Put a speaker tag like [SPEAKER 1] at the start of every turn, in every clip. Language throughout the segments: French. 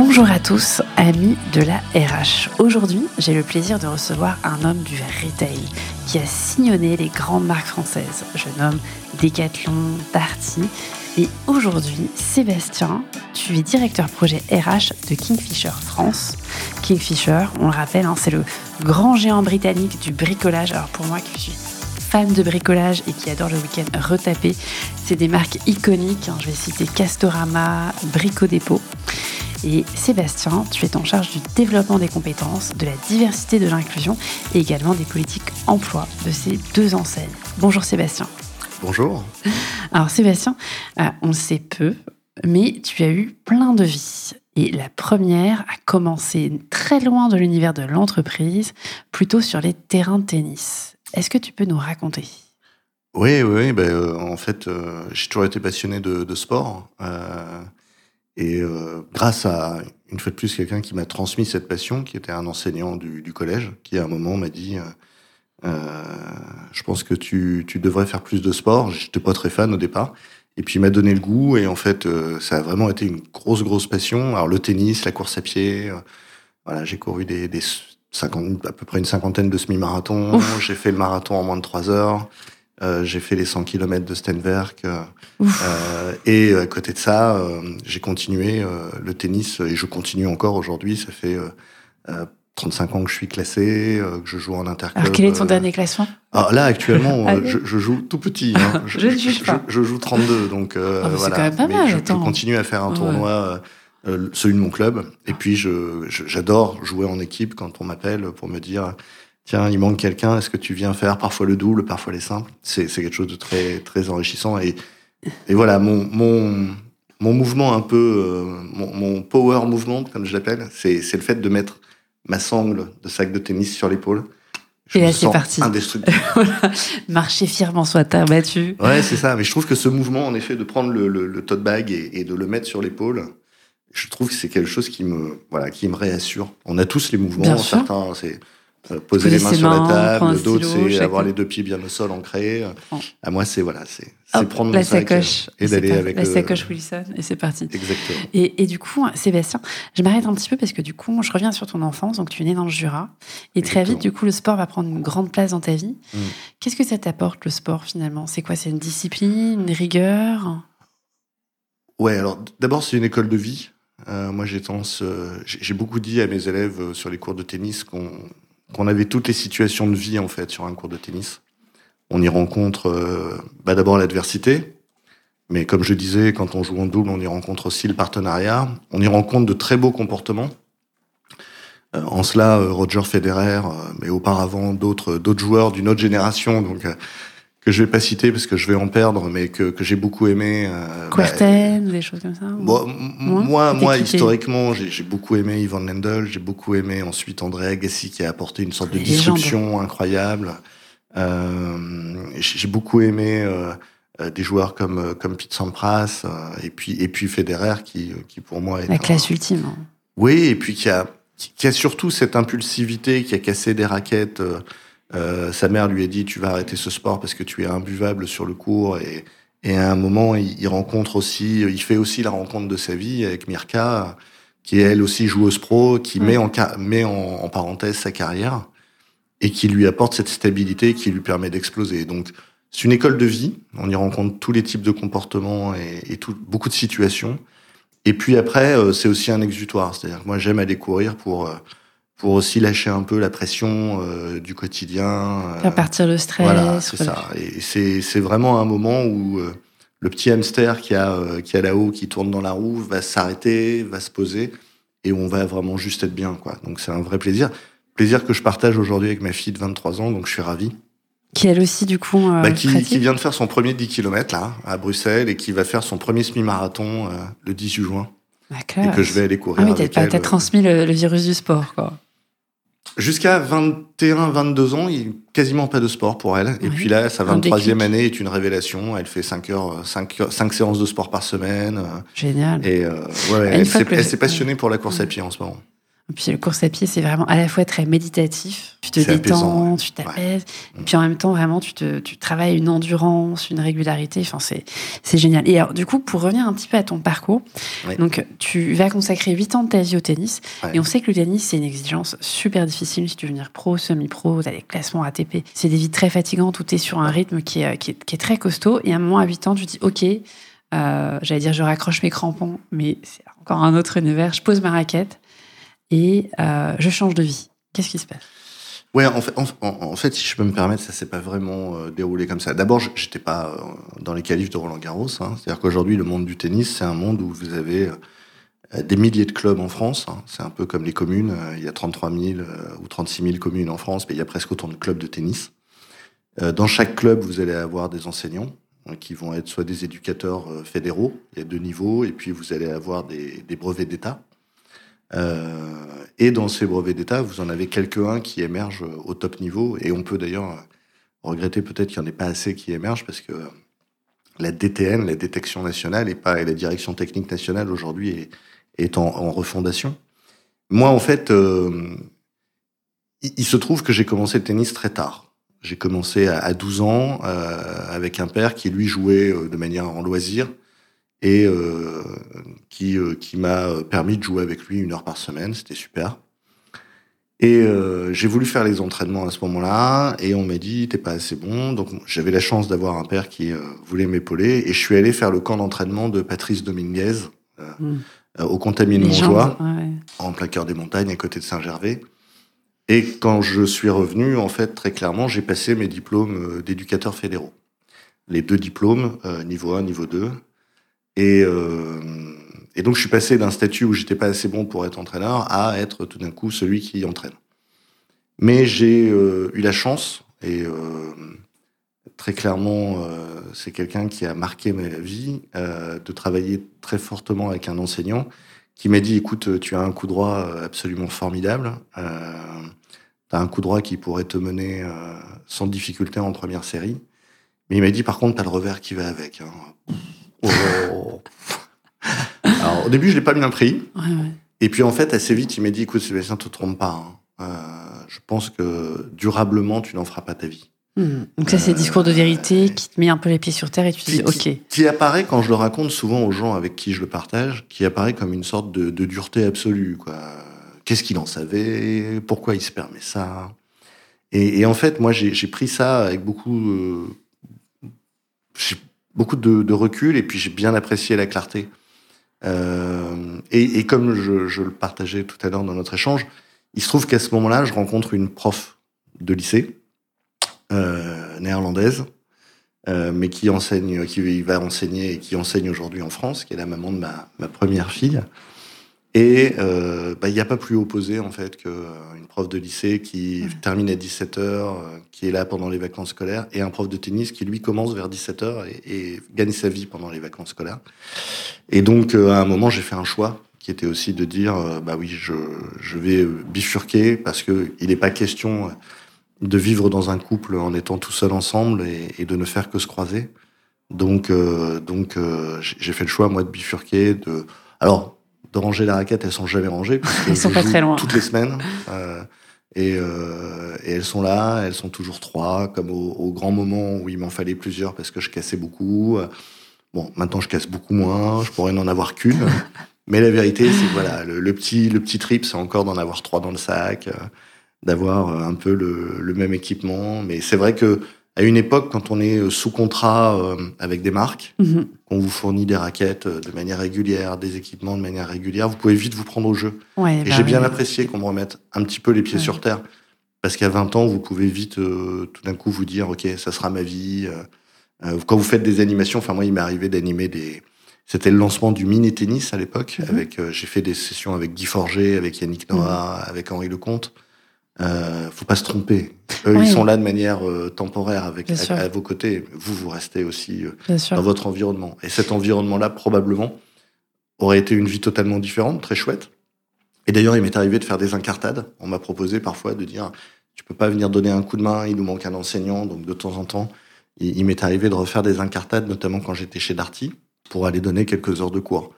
[SPEAKER 1] Bonjour à tous, amis de la RH. Aujourd'hui, j'ai le plaisir de recevoir un homme du retail qui a sillonné les grandes marques françaises. Je nomme Decathlon, Darty. Et aujourd'hui, Sébastien, tu es directeur projet RH de Kingfisher France. Kingfisher, on le rappelle, c'est le grand géant britannique du bricolage. Alors pour moi qui suis fan de bricolage et qui adore le week-end retaper, c'est des marques iconiques. Je vais citer Castorama, Brico Dépôt. Et Sébastien, tu es en charge du développement des compétences, de la diversité, de l'inclusion et également des politiques emploi de ces deux enseignes. Bonjour Sébastien.
[SPEAKER 2] Bonjour.
[SPEAKER 1] Alors Sébastien, on le sait peu, mais tu as eu plein de vies. Et la première a commencé très loin de l'univers de l'entreprise, plutôt sur les terrains de tennis. Est-ce que tu peux nous raconter ?
[SPEAKER 2] Oui. En fait, j'ai toujours été passionné de sport. Et grâce à, une fois de plus, quelqu'un qui m'a transmis cette passion, qui était un enseignant du collège, qui à un moment m'a dit je pense que tu devrais faire plus de sport. J'étais pas très fan au départ. Et puis il m'a donné le goût, et en fait, ça a vraiment été une grosse passion. Alors le tennis, la course à pied, voilà, j'ai couru à peu près une cinquantaine de semi-marathons. Ouf. J'ai fait le marathon en moins de 3 heures. J'ai fait les 100 km de Stenwerk. Et à côté de ça, j'ai continué le tennis, et je continue encore aujourd'hui. Ça fait 35 ans que je suis classé, que je joue en interclub.
[SPEAKER 1] Alors quel est ton dernier classement ?
[SPEAKER 2] Alors là, actuellement, je joue tout petit. Je joue 32, donc
[SPEAKER 1] voilà. C'est quand même pas
[SPEAKER 2] mais
[SPEAKER 1] mal.
[SPEAKER 2] Je continue à faire un tournoi, celui de mon club. Et puis, j'adore jouer en équipe quand on m'appelle pour me dire... Tiens, il manque quelqu'un, est-ce que tu viens faire parfois le double, parfois les simples ? C'est quelque chose de très, très enrichissant. Et voilà, mon mouvement un peu, mon power movement, comme je l'appelle, c'est le fait de mettre ma sangle de sac de tennis sur l'épaule.
[SPEAKER 1] Et là, c'est parti.
[SPEAKER 2] Indestructible.
[SPEAKER 1] Voilà. Marcher fièrement sur la terre battue.
[SPEAKER 2] Ouais, c'est ça. Mais je trouve que ce mouvement, en effet, de prendre le tote bag et de le mettre sur l'épaule, je trouve que c'est quelque chose qui me réassure. On a tous les mouvements.
[SPEAKER 1] Bien
[SPEAKER 2] certains, c'est... poser les mains sur la table, d'autres c'est avoir les 2 pieds bien au sol ancrés. À moi c'est prendre mon sac et d'aller avec
[SPEAKER 1] la sacoche Wilson, et c'est parti.
[SPEAKER 2] Exactement.
[SPEAKER 1] Et du coup, Sébastien, je m'arrête un petit peu parce que du coup, je reviens sur ton enfance. Donc tu es né dans le Jura et très vite, du coup, le sport va prendre une grande place dans ta vie. Qu'est-ce que ça t'apporte, le sport, finalement ? C'est quoi ? C'est une discipline, une rigueur ?
[SPEAKER 2] Ouais, alors d'abord c'est une école de vie. Moi j'ai beaucoup dit à mes élèves sur les cours de tennis qu'on avait toutes les situations de vie, en fait, sur un cours de tennis. On y rencontre d'abord l'adversité, mais comme je disais, quand on joue en double, on y rencontre aussi le partenariat. On y rencontre de très beaux comportements. En cela, Roger Federer, mais auparavant d'autres joueurs d'une autre génération, donc que je vais pas citer parce que je vais en perdre, mais que j'ai beaucoup aimé.
[SPEAKER 1] Courten, des choses comme ça.
[SPEAKER 2] Moi, historiquement, j'ai beaucoup aimé Ivan Lendl, j'ai beaucoup aimé ensuite André Agassi qui a apporté une sorte de disruption incroyable. J'ai beaucoup aimé des joueurs comme Pete Sampras, et puis Federer qui pour moi est
[SPEAKER 1] la classe ultime.
[SPEAKER 2] Oui, et puis qui a surtout cette impulsivité, qui a cassé des raquettes. Sa mère lui a dit tu vas arrêter ce sport parce que tu es imbuvable sur le court, et à un moment il fait aussi la rencontre de sa vie avec Mirka, qui est elle aussi joueuse pro, qui met en parenthèse sa carrière et qui lui apporte cette stabilité qui lui permet d'exploser. Donc c'est une école de vie, on y rencontre tous les types de comportements et beaucoup de situations. Et puis après c'est aussi un exutoire, c'est-à-dire que moi j'aime aller courir pour aussi lâcher un peu la pression du quotidien.
[SPEAKER 1] Faire partir le stress.
[SPEAKER 2] Voilà, c'est ça. Et c'est vraiment un moment où le petit hamster qui a là-haut, qui tourne dans la roue, va s'arrêter, va se poser, et on va vraiment juste être bien, quoi. Donc c'est un vrai plaisir. Plaisir que je partage aujourd'hui avec ma fille de 23 ans, donc je suis ravi.
[SPEAKER 1] Qui elle aussi, du coup,
[SPEAKER 2] qui vient de faire son premier 10 km, là, à Bruxelles, et qui va faire son premier semi-marathon le 18 juin. Et que je vais aller courir avec elle.
[SPEAKER 1] T'as transmis le virus du sport, quoi.
[SPEAKER 2] Jusqu'à 21-22 ans, il n'y a quasiment pas de sport pour elle. Et puis là, sa 23e année est une révélation. Elle fait 5 séances de sport par semaine.
[SPEAKER 1] Génial.
[SPEAKER 2] Et elle s'est passionnée pour la course à pied en ce moment.
[SPEAKER 1] Et puis, le course à pied, c'est vraiment à la fois très méditatif. Tu te
[SPEAKER 2] C'est
[SPEAKER 1] détends,
[SPEAKER 2] apaisant, ouais.
[SPEAKER 1] tu t'apaises. Et puis, en même temps, vraiment, tu travailles une endurance, une régularité. Enfin, c'est génial. Et alors, du coup, pour revenir un petit peu à ton parcours,
[SPEAKER 2] Oui.
[SPEAKER 1] donc, tu vas consacrer 8 ans de ta vie au tennis.
[SPEAKER 2] Ouais.
[SPEAKER 1] Et on sait que le tennis, c'est une exigence super difficile. Si tu veux devenir pro, semi-pro, tu as des classements ATP. C'est des vies très fatigantes où tu es sur un rythme qui est très costaud. Et à un moment, à 8 ans, tu te dis, OK, j'allais dire, je raccroche mes crampons, mais c'est encore un autre univers. Je pose ma raquette et je change de vie. Qu'est-ce qui se passe?
[SPEAKER 2] Ouais, en fait, si je peux me permettre, ça s'est pas vraiment déroulé comme ça. D'abord, j'étais pas dans les qualifs de Roland-Garros. Hein. C'est-à-dire qu'aujourd'hui, le monde du tennis, c'est un monde où vous avez des milliers de clubs en France. Hein. C'est un peu comme les communes. Il y a 33 000 ou 36 000 communes en France, mais il y a presque autant de clubs de tennis. Dans chaque club, vous allez avoir des enseignants qui vont être soit des éducateurs fédéraux, il y a 2 niveaux, et puis vous allez avoir des brevets d'État. Et dans ces brevets d'État, vous en avez quelques-uns qui émergent au top niveau, et on peut d'ailleurs regretter peut-être qu'il n'y en ait pas assez qui émergent, parce que la DTN, la détection nationale, et la direction technique nationale aujourd'hui est en refondation. Moi, en fait, il se trouve que j'ai commencé le tennis très tard. J'ai commencé à 12 ans avec un père qui, lui, jouait de manière en loisir et qui m'a permis de jouer avec lui 1 heure par semaine. C'était super. Et j'ai voulu faire les entraînements à ce moment-là et on m'a dit « t'es pas assez bon ». Donc j'avais la chance d'avoir un père qui voulait m'épauler et je suis allé faire le camp d'entraînement de Patrice Dominguez au Contamine Montjoie, en plein cœur des montagnes à côté de Saint-Gervais. Et quand je suis revenu, en fait, très clairement, j'ai passé mes diplômes d'éducateurs fédéraux. Les 2 diplômes, niveau 1, niveau 2. Et donc, je suis passé d'un statut où j'étais pas assez bon pour être entraîneur à être tout d'un coup celui qui entraîne. Mais j'ai eu la chance, et très clairement, c'est quelqu'un qui a marqué ma vie, de travailler très fortement avec un enseignant qui m'a dit « Écoute, tu as un coup droit absolument formidable. Tu as un coup droit qui pourrait te mener sans difficulté en première série. » Mais il m'a dit « Par contre, tu as le revers qui va avec. Hein. » Oh. Alors, au début, je l'ai pas bien pris.
[SPEAKER 1] Ouais.
[SPEAKER 2] Et puis, en fait, assez vite, il m'a dit « Écoute, Sébastien, te trompe pas. Hein. Je pense que durablement, tu n'en feras pas ta vie. »
[SPEAKER 1] Donc ça, c'est le discours de vérité qui te met un peu les pieds sur terre et tu te dis « Ok. »
[SPEAKER 2] Qui apparaît, quand je le raconte souvent aux gens avec qui je le partage, qui apparaît comme une sorte de dureté absolue, quoi. Qu'est-ce qu'il en savait? Pourquoi il se permet ça? Et en fait, moi, j'ai pris ça avec beaucoup de recul, et puis j'ai bien apprécié la clarté. Et comme je le partageais tout à l'heure dans notre échange, il se trouve qu'à ce moment-là, je rencontre une prof de lycée néerlandaise, mais qui va enseigner et qui enseigne aujourd'hui en France, qui est la maman de ma première fille. Et il n'y a pas plus opposé en fait qu'une prof de lycée qui termine à 17h, qui est là pendant les vacances scolaires, et un prof de tennis qui lui commence vers 17h et gagne sa vie pendant les vacances scolaires. Et donc à un moment j'ai fait un choix qui était aussi de dire oui, je vais bifurquer, parce que il n'est pas question de vivre dans un couple en étant tout seul ensemble et de ne faire que se croiser. Donc j'ai fait le choix moi de bifurquer, de ranger la raquette. Elles sont jamais rangées,
[SPEAKER 1] elles sont pas très loin
[SPEAKER 2] toutes les semaines, et elles sont là, elles sont toujours 3, comme au grand moment où il m'en fallait plusieurs parce que je cassais beaucoup. Bon, maintenant je casse beaucoup moins, je pourrais n'en avoir qu'une, mais la vérité c'est que voilà, le petit trip, c'est encore d'en avoir 3 dans le sac, d'avoir un peu le même équipement. Mais c'est vrai que à une époque, quand on est sous contrat avec des marques, qu'on vous fournit des raquettes de manière régulière, des équipements de manière régulière, vous pouvez vite vous prendre au jeu. Et j'ai bien apprécié qu'on me remette un petit peu les pieds sur terre, parce qu'à 20 ans, vous pouvez vite tout d'un coup vous dire « Ok, ça sera ma vie ». Quand vous faites des animations, enfin moi, il m'est arrivé d'animer C'était le lancement du mini-tennis à l'époque. J'ai fait des sessions avec Guy Forget, avec Yannick Noah, avec Henri Lecomte. Faut pas se tromper. Eux, ils sont là de manière temporaire à vos côtés. Vous restez aussi dans votre environnement. Et cet environnement-là, probablement, aurait été une vie totalement différente, très chouette. Et d'ailleurs, il m'est arrivé de faire des incartades. On m'a proposé parfois de dire « Tu peux pas venir donner un coup de main, il nous manque un enseignant. » Donc de temps en temps, il m'est arrivé de refaire des incartades, notamment quand j'étais chez Darty, pour aller donner quelques heures de cours.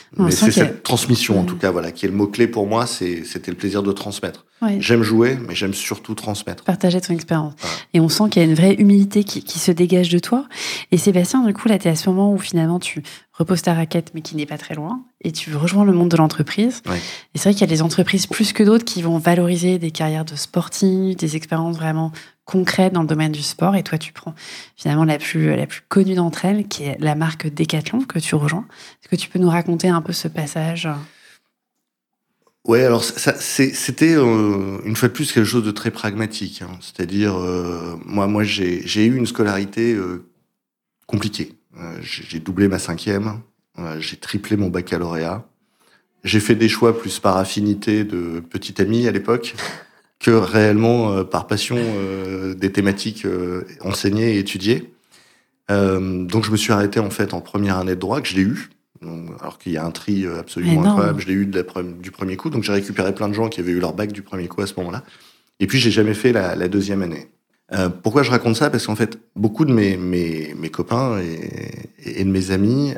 [SPEAKER 2] Mais c'est cette transmission, en tout cas, voilà, qui est le mot-clé pour moi, c'était le plaisir de transmettre.
[SPEAKER 1] Ouais.
[SPEAKER 2] J'aime jouer, mais j'aime surtout transmettre.
[SPEAKER 1] Partager ton expérience.
[SPEAKER 2] Voilà.
[SPEAKER 1] Et on sent qu'il y a une vraie humilité qui se dégage de toi. Et Sébastien, du coup, là, tu es à ce moment où finalement tu reposes ta raquette, mais qui n'est pas très loin, et tu rejoins le monde de l'entreprise.
[SPEAKER 2] Ouais.
[SPEAKER 1] Et c'est vrai qu'il y a des entreprises plus que d'autres qui vont valoriser des carrières de sportifs, des expériences vraiment concrètes dans le domaine du sport. Et toi, tu prends finalement la plus connue d'entre elles, qui est la marque Decathlon, que tu rejoins. Est-ce que tu peux nous raconter un peu ce passage ?
[SPEAKER 2] Ouais, alors c'était une fois de plus quelque chose de très pragmatique. Hein. C'est-à-dire, moi j'ai eu une scolarité compliquée. J'ai doublé ma 5e, j'ai triplé mon baccalauréat. J'ai fait des choix plus par affinité de petit ami à l'époque que réellement par passion des thématiques enseignées et étudiées. Donc je me suis arrêté en fait en première année de droit, que je l'ai eu. Donc, alors qu'il y a un tri absolument incroyable, je l'ai eu du premier coup. Donc j'ai récupéré plein de gens qui avaient eu leur bac du premier coup à ce moment-là. Et puis j'ai jamais fait la deuxième année. Pourquoi je raconte ça ? Parce qu'en fait, beaucoup de mes copains et de mes amis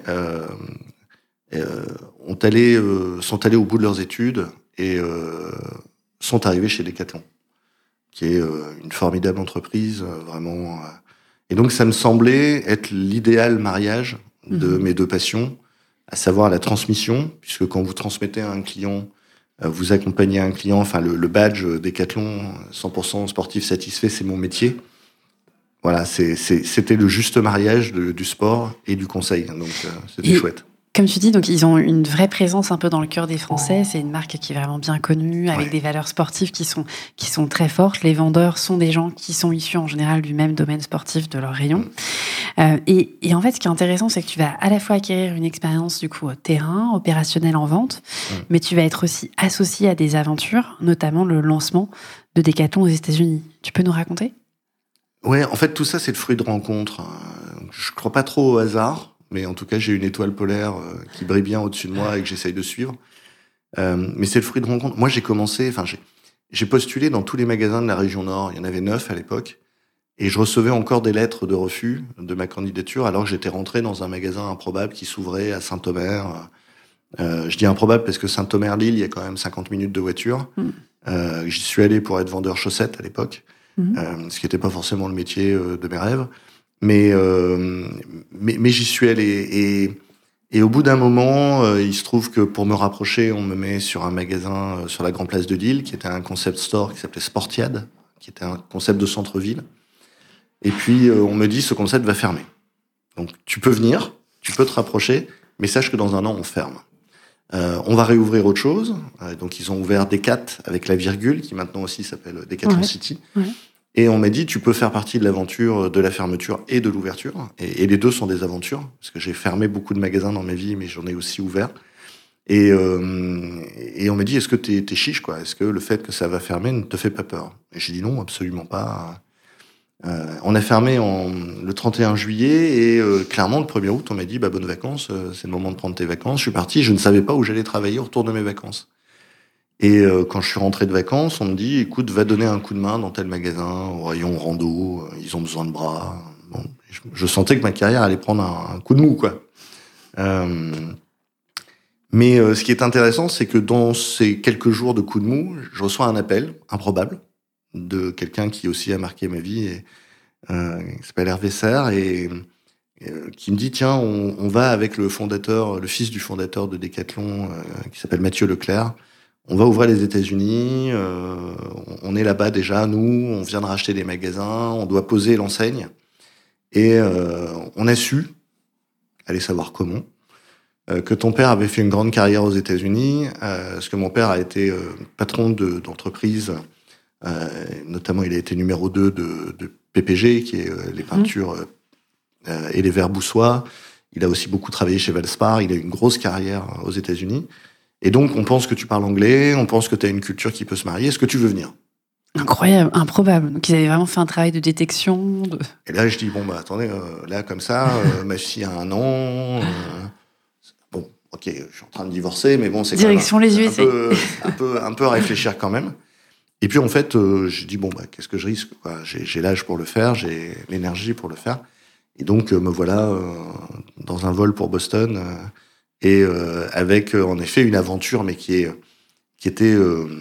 [SPEAKER 2] sont allés au bout de leurs études et sont arrivés chez Decathlon, qui est une formidable entreprise, vraiment. Et donc ça me semblait être l'idéal mariage de mes deux passions, à savoir la transmission, puisque quand vous transmettez à un client, vous accompagnez un client, enfin le badge Decathlon 100% sportif satisfait, c'est mon métier. Voilà, c'était le juste mariage du sport et du conseil, donc c'était chouette.
[SPEAKER 1] Comme tu dis, donc ils ont une vraie présence un peu dans le cœur des Français. C'est une marque qui est vraiment bien connue, avec des valeurs sportives qui sont très fortes. Les vendeurs sont des gens qui sont issus en général du même domaine sportif de leur rayon. Et en fait, ce qui est intéressant, c'est que tu vas à la fois acquérir une expérience du coup au terrain, opérationnelle en vente, mais tu vas être aussi associé à des aventures, notamment le lancement de Decathlon aux États-Unis. Tu peux nous raconter ?
[SPEAKER 2] Ouais, en fait, tout ça, c'est le fruit de rencontres. Je crois pas trop au hasard. Mais en tout cas, j'ai une étoile polaire qui brille bien au-dessus de moi et que j'essaye de suivre. Mais c'est le fruit de rencontre. Moi, j'ai postulé dans tous les magasins de la région Nord. Il y en avait 9 à l'époque. Et je recevais encore des lettres de refus de ma candidature alors que j'étais rentré dans un magasin improbable qui s'ouvrait à Saint-Omer. Je dis improbable parce que Saint-Omer-Lille, il y a quand même 50 minutes de voiture. J'y suis allé pour être vendeur chaussettes à l'époque, ce qui n'était pas forcément le métier de mes rêves. Mais j'y suis allé et au bout d'un moment, il se trouve que pour me rapprocher, on me met sur un magasin sur la Grande Place de Lille, qui était un concept store qui s'appelait Sportiad, qui était un concept de centre-ville. Et puis on me dit ce concept va fermer. Donc tu peux venir, tu peux te rapprocher, mais sache que dans un an on ferme. On va réouvrir autre chose. Donc ils ont ouvert Decat avec la virgule, qui maintenant aussi s'appelle Decathlon City. Ouais. Et on m'a dit, tu peux faire partie de l'aventure de la fermeture et de l'ouverture. Et les deux sont des aventures, parce que j'ai fermé beaucoup de magasins dans ma vie, mais j'en ai aussi ouvert. Et on m'a dit, est-ce que t'es chiche, quoi ? Est-ce que le fait que ça va fermer ne te fait pas peur ? Et j'ai dit non, absolument pas. On a fermé le 31 juillet et clairement, le 1er août, on m'a dit, bonnes vacances, c'est le moment de prendre tes vacances. Je suis parti, je ne savais pas où j'allais travailler au retour de mes vacances. Et quand je suis rentré de vacances, on me dit, écoute, va donner un coup de main dans tel magasin, au rayon rando, ils ont besoin de bras. Bon, je sentais que ma carrière allait prendre un coup de mou, quoi. Mais ce qui est intéressant, c'est que dans ces quelques jours de coup de mou, je reçois un appel improbable de quelqu'un qui aussi a marqué ma vie, et, qui s'appelle Hervé Serre, et qui me dit, tiens, on va avec le fils du fondateur de Decathlon, qui s'appelle Mathieu Leclerc. On va ouvrir les États-Unis, on est là-bas déjà, nous, on vient de racheter des magasins, on doit poser l'enseigne. Et on a su, allez savoir comment, que ton père avait fait une grande carrière aux États-Unis, parce que mon père a été patron d'entreprise, notamment il a été numéro 2 de PPG, qui est les peintures et les verres Boussois. Il a aussi beaucoup travaillé chez Valspar, il a eu une grosse carrière aux États-Unis. Et donc, on pense que tu parles anglais, on pense que tu as une culture qui peut se marier. Est-ce que tu veux venir ?
[SPEAKER 1] Incroyable, improbable. Donc, ils avaient vraiment fait un travail de détection.
[SPEAKER 2] Et là, je dis, attendez, là, comme ça, ma fille a 1 an. Bon, ok, je suis en train de divorcer, mais bon, c'est
[SPEAKER 1] direction
[SPEAKER 2] quand même
[SPEAKER 1] les USA.
[SPEAKER 2] un peu à réfléchir quand même. Et puis, en fait, je dis, qu'est-ce que je risque, quoi ? J'ai l'âge pour le faire, j'ai l'énergie pour le faire. Et donc, me voilà dans un vol pour Boston. et avec en effet une aventure, mais qui était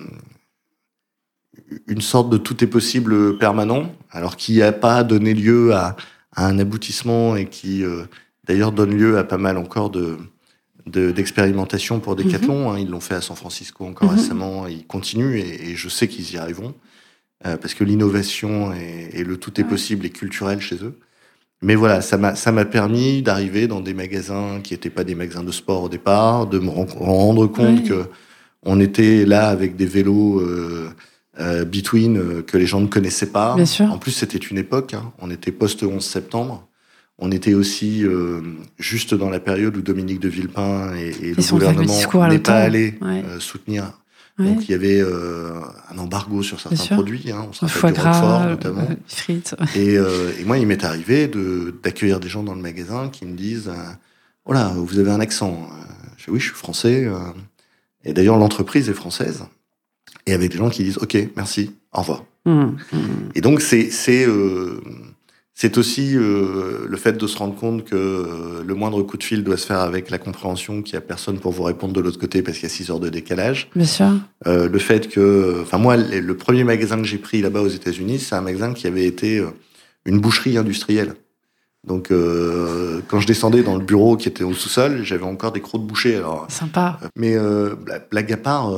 [SPEAKER 2] une sorte de tout est possible permanent, alors qui n'a pas donné lieu à un aboutissement et qui d'ailleurs donne lieu à pas mal encore d'expérimentation pour Decathlon. Ils l'ont fait à San Francisco encore récemment, ils continuent et je sais qu'ils y arriveront parce que l'innovation et le tout est possible est culturel chez eux. Mais voilà, ça m'a permis d'arriver dans des magasins qui n'étaient pas des magasins de sport au départ, de me rendre compte que on était là avec des vélos Between que les gens ne connaissaient pas.
[SPEAKER 1] Bien sûr.
[SPEAKER 2] En plus, c'était une époque, on était post-11 septembre. On était aussi juste dans la période où Dominique de Villepin et le gouvernement n'est pas allé soutenir. Donc il y avait un embargo sur certains produits. On se rappelle du Roquefort notamment.
[SPEAKER 1] Frites.
[SPEAKER 2] Et moi, il m'est arrivé d'accueillir des gens dans le magasin qui me disent oh là, vous avez un accent. Je dis oui, je suis français. Et d'ailleurs, l'entreprise est française. Et avec des gens qui disent ok, merci, au revoir. Et donc c'est aussi le fait de se rendre compte que le moindre coup de fil doit se faire avec la compréhension qu'il n'y a personne pour vous répondre de l'autre côté parce qu'il y a 6 heures de décalage.
[SPEAKER 1] Bien sûr.
[SPEAKER 2] Le fait que... Enfin, moi, le premier magasin que j'ai pris là-bas aux États-Unis, c'est un magasin qui avait été une boucherie industrielle. Donc, quand je descendais dans le bureau qui était au sous-sol, j'avais encore des crocs de boucher. Alors,
[SPEAKER 1] sympa.
[SPEAKER 2] Mais blague à part...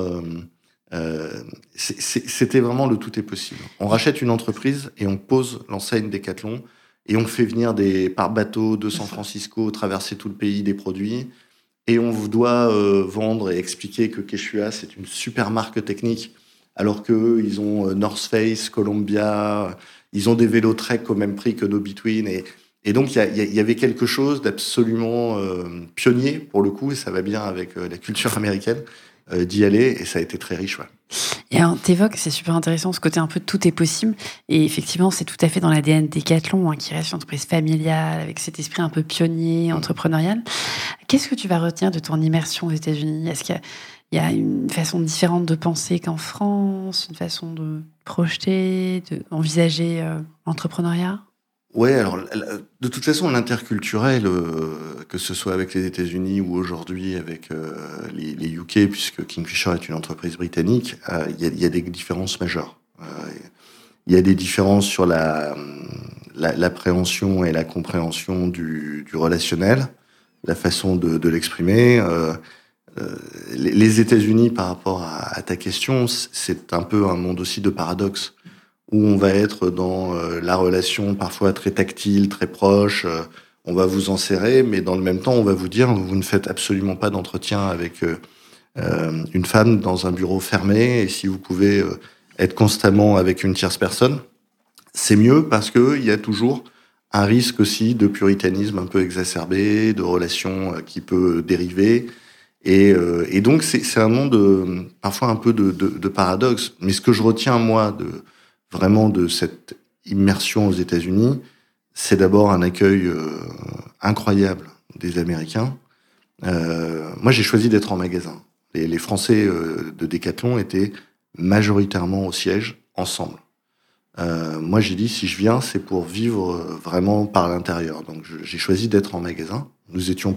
[SPEAKER 2] c'était vraiment le tout est possible. On rachète une entreprise et on pose l'enseigne Decathlon et on fait venir par bateau de San Francisco, traverser tout le pays des produits et on doit vendre et expliquer que Quechua c'est une super marque technique alors qu'eux ils ont North Face, Columbia, ils ont des vélos Trek au même prix que nos Between et donc il y avait quelque chose d'absolument pionnier pour le coup et ça va bien avec la culture américaine. D'y aller et ça a été très riche.
[SPEAKER 1] Et alors, t'évoques, c'est super intéressant, ce côté un peu tout est possible et effectivement c'est tout à fait dans l'ADN Decathlon qui reste une entreprise familiale avec cet esprit un peu pionnier, entrepreneurial. Qu'est-ce que tu vas retenir de ton immersion aux États-Unis? Est-ce qu'il y a une façon différente de penser qu'en France, une façon de projeter, d'envisager l'entrepreneuriat?
[SPEAKER 2] Ouais, alors de toute façon, l'interculturel, que ce soit avec les États-Unis ou aujourd'hui avec les UK, puisque Kingfisher est une entreprise britannique, il y a des différences majeures. Il y a des différences sur l'appréhension et la compréhension du relationnel, la façon de l'exprimer. Les États-Unis, par rapport à ta question, c'est un peu un monde aussi de paradoxes. Où on va être dans la relation parfois très tactile, très proche, on va vous en serrer, mais dans le même temps, on va vous dire, vous ne faites absolument pas d'entretien avec une femme dans un bureau fermé, et si vous pouvez être constamment avec une tierce personne, c'est mieux parce qu'il y a toujours un risque aussi de puritanisme un peu exacerbé, de relations qui peut dériver, et donc c'est un monde parfois un peu de paradoxe, mais ce que je retiens, moi, vraiment de cette immersion aux États-Unis, c'est d'abord un accueil incroyable des Américains. Moi, j'ai choisi d'être en magasin. Les Français de Decathlon étaient majoritairement au siège, ensemble. Moi, j'ai dit, si je viens, c'est pour vivre vraiment par l'intérieur. Donc, j'ai choisi d'être en magasin. Nous étions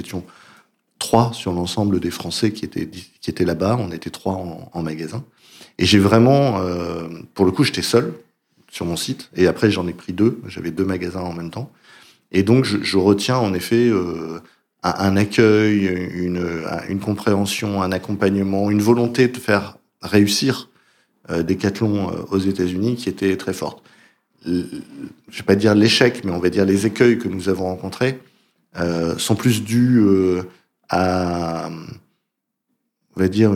[SPEAKER 2] 3 sur l'ensemble des Français qui étaient là-bas. On était 3 en magasin. Et j'ai vraiment, pour le coup, j'étais seul sur mon site. Et après, j'en ai pris 2. J'avais 2 magasins en même temps. Et donc, je retiens en effet un accueil, une compréhension, un accompagnement, une volonté de faire réussir Decathlon aux États-Unis qui était très forte. Je vais pas dire l'échec, mais on va dire les écueils que nous avons rencontrés sont plus dus à... on va dire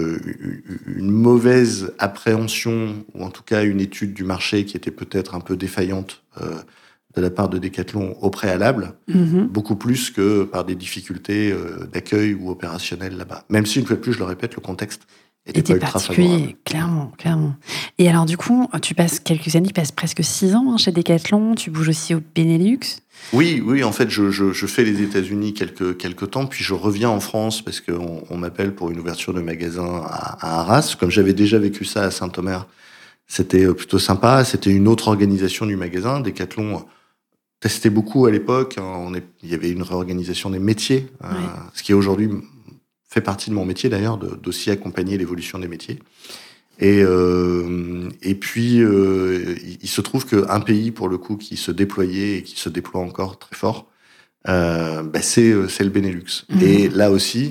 [SPEAKER 2] une mauvaise appréhension, ou en tout cas une étude du marché qui était peut-être un peu défaillante de la part de Decathlon au préalable, beaucoup plus que par des difficultés d'accueil ou opérationnelles là-bas. Même si, une fois de plus, je le répète, le contexte était pas ultra favorable.
[SPEAKER 1] Clairement. Et alors, du coup, tu passes quelques années, tu passes presque 6 ans chez Decathlon, tu bouges aussi au Benelux.
[SPEAKER 2] Oui, en fait, je fais les États-Unis quelques temps, puis je reviens en France parce qu'on m'appelle pour une ouverture de magasin à Arras. Comme j'avais déjà vécu ça à Saint-Omer, c'était plutôt sympa. C'était une autre organisation du magasin. Decathlon testait beaucoup à l'époque. Il y avait une réorganisation des métiers, ce qui aujourd'hui fait partie de mon métier d'ailleurs, d'aussi accompagner l'évolution des métiers. Et puis, il se trouve qu'un pays, pour le coup, qui se déployait et qui se déploie encore très fort, c'est le Benelux. Et là aussi,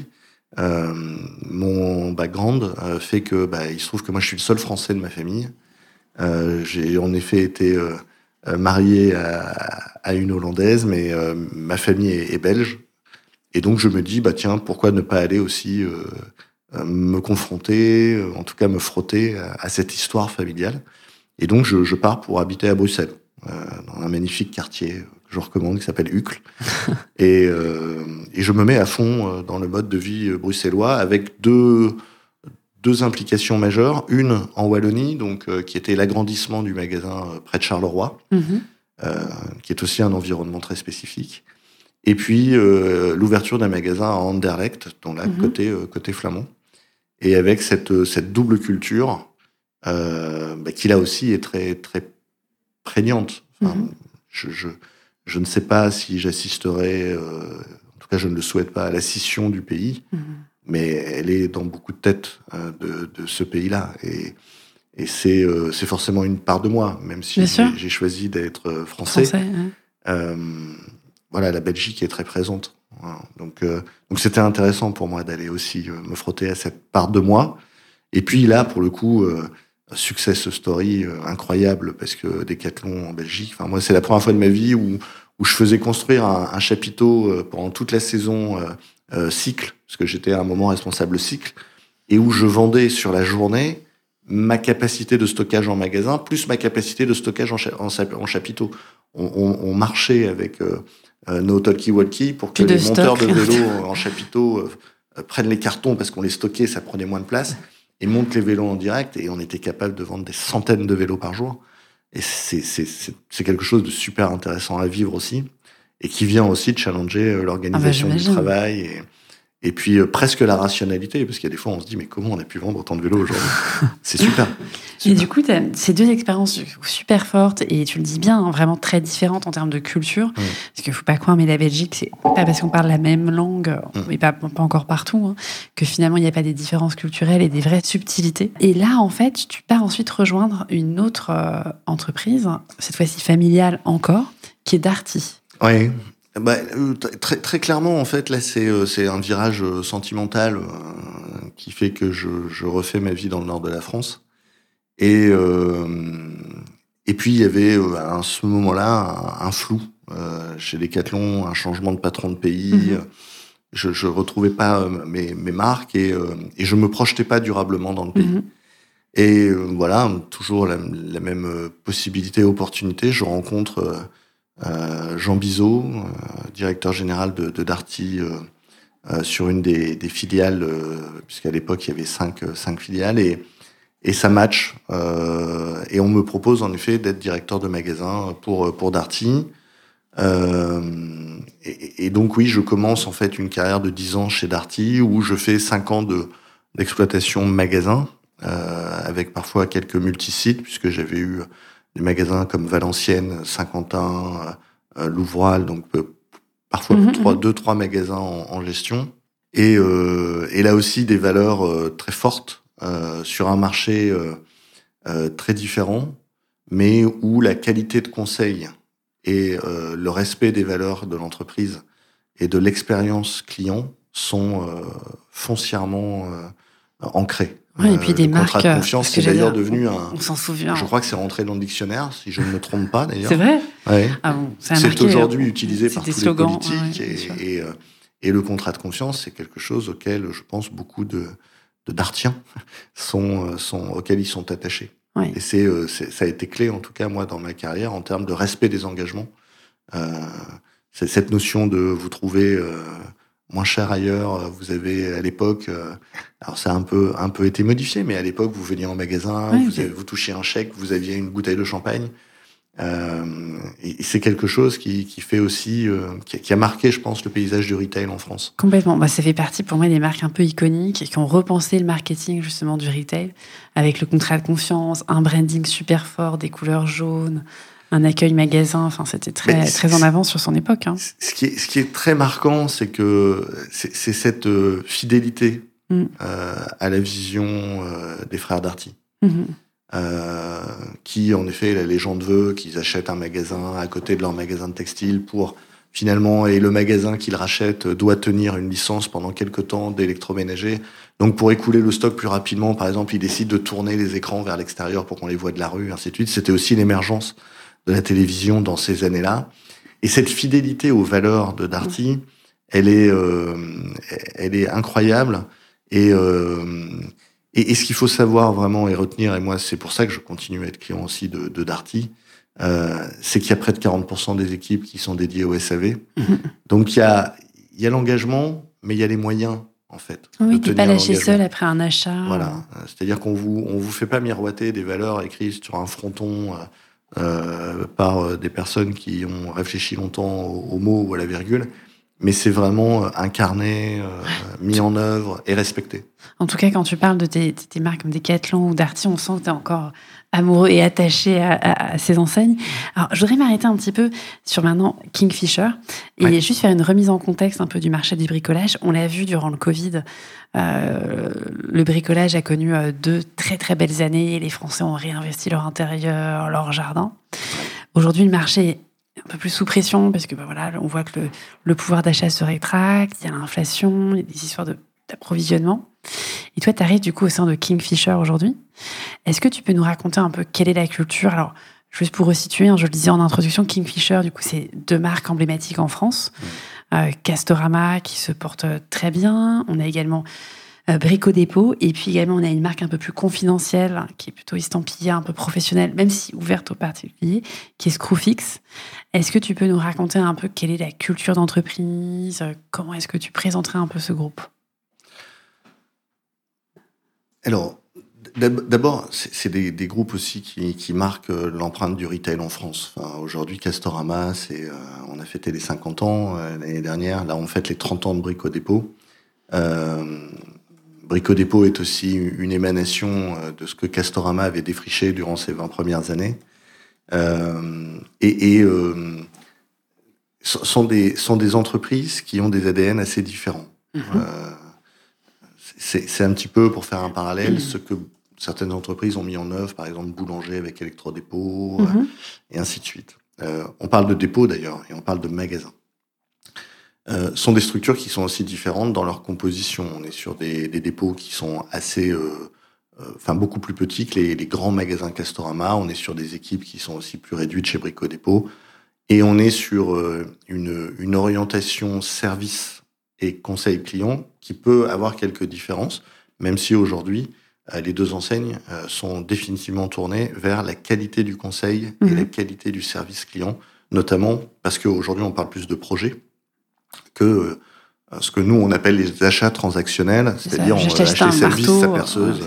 [SPEAKER 2] mon background fait que il se trouve que moi, je suis le seul Français de ma famille. J'ai en effet été marié à une Hollandaise, mais ma famille est belge. Et donc, je me dis, tiens, pourquoi ne pas aller aussi me confronter, en tout cas me frotter à cette histoire familiale. Et donc, je pars pour habiter à Bruxelles, dans un magnifique quartier que je recommande, qui s'appelle Uccle. Et je me mets à fond dans le mode de vie bruxellois, avec deux implications majeures. Une en Wallonie, donc qui était l'agrandissement du magasin près de Charleroi, qui est aussi un environnement très spécifique. Et puis l'ouverture d'un magasin à Anderlecht, donc là, côté flamand. Et avec cette double culture qui là aussi est très très prégnante. Enfin, je ne sais pas si j'assisterai, en tout cas je ne le souhaite pas, à la scission du pays, mais elle est dans beaucoup de têtes de ce pays-là. Et c'est forcément une part de moi, même si j'ai choisi d'être français. Voilà, la Belgique est très présente. Voilà. Donc c'était intéressant pour moi d'aller aussi me frotter à cette part de moi. Et puis là, pour le coup, success story incroyable, parce que Decathlon en Belgique, enfin moi c'est la première fois de ma vie où je faisais construire un chapiteau pendant toute la saison cycle, parce que j'étais à un moment responsable cycle, et où je vendais sur la journée ma capacité de stockage en magasin plus ma capacité de stockage en chapiteau. On marchait avec nos talkie-walkie pour que les monteurs de vélos en chapiteau prennent les cartons, parce qu'on les stockait, ça prenait moins de place, et montent les vélos en direct, et on était capable de vendre des centaines de vélos par jour. Et c'est quelque chose de super intéressant à vivre aussi, et qui vient aussi de challenger l'organisation du travail, et puis presque la rationalité, parce qu'il y a des fois on se dit mais comment on a pu vendre autant de vélos aujourd'hui. C'est super.
[SPEAKER 1] Et du coup, tu as ces deux expériences super fortes, et tu le dis bien, vraiment très différentes en termes de culture, parce qu'il ne faut pas croire, mais la Belgique, c'est pas parce qu'on parle la même langue, et pas encore partout, que finalement il n'y a pas des différences culturelles et des vraies subtilités. Et là, en fait, tu pars ensuite rejoindre une autre entreprise, cette fois-ci familiale encore, qui est Darty.
[SPEAKER 2] Oui. Très, très clairement, en fait, là, c'est un virage sentimental qui fait que je refais ma vie dans le nord de la France. Et puis, il y avait à ce moment-là un flou chez Decathlon, un changement de patron de pays. Je retrouvais pas mes marques, et je me projetais pas durablement dans le pays. Et voilà, toujours la même possibilité, opportunité. Je rencontre Jean Bizot, directeur général de Darty, sur une des filiales, puisqu'à l'époque il y avait cinq filiales, et ça match, et on me propose en effet d'être directeur de magasin pour Darty, et donc oui, je commence en fait une carrière de 10 ans chez Darty, où je fais 5 ans d'exploitation magasin, avec parfois quelques multisites, puisque j'avais eu des magasins comme Valenciennes, Saint-Quentin, Louvroil, donc parfois 2-3 magasins en gestion. Et là aussi, des valeurs très fortes sur un marché très différent, mais où la qualité de conseil et le respect des valeurs de l'entreprise et de l'expérience client sont foncièrement ancrés.
[SPEAKER 1] Oui, et puis des marques.
[SPEAKER 2] Contrat de confiance, c'est d'ailleurs devenu un.
[SPEAKER 1] On s'en souvient.
[SPEAKER 2] Je crois que c'est rentré dans le dictionnaire, si je ne me trompe pas d'ailleurs.
[SPEAKER 1] C'est vrai.
[SPEAKER 2] Ouais.
[SPEAKER 1] Ah bon,
[SPEAKER 2] c'est aujourd'hui utilisé par tous les politiques,
[SPEAKER 1] ouais,
[SPEAKER 2] et le contrat de confiance, c'est quelque chose auquel je pense beaucoup de Dartiens auxquels ils sont attachés.
[SPEAKER 1] Ouais.
[SPEAKER 2] Et ça a été clé, en tout cas moi dans ma carrière, en termes de respect des engagements. C'est cette notion de vous trouver moins cher ailleurs. Vous avez à l'époque, alors ça a un peu été modifié, mais à l'époque vous veniez en magasin, vous touchiez un chèque, vous aviez une bouteille de champagne. Et c'est quelque chose qui fait aussi, qui a marqué, je pense, le paysage du retail en France.
[SPEAKER 1] Complètement. Ça fait partie pour moi des marques un peu iconiques et qui ont repensé le marketing justement du retail avec le contrat de confiance, un branding super fort, des couleurs jaunes, un accueil magasin. Enfin, c'était très en avance sur son époque. Hein.
[SPEAKER 2] Ce qui est très marquant, c'est que c'est cette fidélité à la vision des frères Darty. Qui, en effet, la légende veut qu'ils achètent un magasin à côté de leur magasin de textile pour finalement, et le magasin qu'ils rachètent doit tenir une licence pendant quelques temps d'électroménager. Donc, pour écouler le stock plus rapidement, par exemple, ils décident de tourner les écrans vers l'extérieur pour qu'on les voie de la rue, ainsi de suite. C'était aussi l'émergence de la télévision dans ces années-là. Et cette fidélité aux valeurs de Darty, elle est incroyable. Et ce qu'il faut savoir vraiment et retenir, et moi, c'est pour ça que je continue à être client aussi de Darty, c'est qu'il y a près de 40% des équipes qui sont dédiées au SAV. Donc, il y a l'engagement, mais il y a les moyens, en fait.
[SPEAKER 1] Oui, tu n'es pas lâché seul après un achat.
[SPEAKER 2] Voilà. C'est-à-dire qu'on vous fait pas miroiter des valeurs écrites sur un fronton par des personnes qui ont réfléchi longtemps aux mots ou à la virgule. Mais c'est vraiment incarné, mis en œuvre et respecté.
[SPEAKER 1] En tout cas, quand tu parles de tes marques comme Decathlon ou Darty, on sent que tu es encore amoureux et attaché à ces enseignes. Alors, je voudrais m'arrêter un petit peu sur maintenant Kingfisher et juste faire une remise en contexte un peu du marché du bricolage. On l'a vu durant le Covid, le bricolage a connu 2 très très belles années. Les Français ont réinvesti leur intérieur, leur jardin. Aujourd'hui, le marché est un peu plus sous pression parce que voilà, on voit que le pouvoir d'achat se rétracte, il y a l'inflation, il y a des histoires d'approvisionnement. Et toi, tu arrives du coup au sein de Kingfisher aujourd'hui. Est-ce que tu peux nous raconter un peu quelle est la culture ? Alors, juste pour resituer, je le disais en introduction, Kingfisher, du coup, c'est 2 marques emblématiques en France. Castorama qui se porte très bien. On a également Brico Dépôt. Et puis également, on a une marque un peu plus confidentielle, qui est plutôt estampillée, un peu professionnelle, même si ouverte aux particuliers, qui est Screwfix. Est-ce que tu peux nous raconter un peu quelle est la culture d'entreprise ? Comment est-ce que tu présenterais un peu ce groupe ?
[SPEAKER 2] Alors, d'abord, c'est des groupes aussi qui marquent l'empreinte du retail en France. Enfin, aujourd'hui, Castorama, on a fêté les 50 ans l'année dernière. Là, on fête les 30 ans de Brico Dépôt. Brico Dépôt est aussi une émanation de ce que Castorama avait défriché durant ses 20 premières années. Sont des entreprises qui ont des ADN assez différents. C'est un petit peu, pour faire un parallèle, ce que certaines entreprises ont mis en œuvre, par exemple Boulanger avec Electrodépôt, et ainsi de suite. On parle de dépôt d'ailleurs, et on parle de magasins. Sont des structures qui sont aussi différentes dans leur composition. On est sur des dépôts qui sont assez... beaucoup plus petits que les grands magasins Castorama. On est sur des équipes qui sont aussi plus réduites chez Brico Dépôt. Et on est sur une orientation service et conseil client qui peut avoir quelques différences, même si aujourd'hui, les 2 enseignes sont définitivement tournées vers la qualité du conseil et la qualité du service client, notamment parce qu'aujourd'hui, on parle plus de projets que ce que nous, on appelle les achats transactionnels, c'est-à-dire on va acheter sa vis, sa perceuse.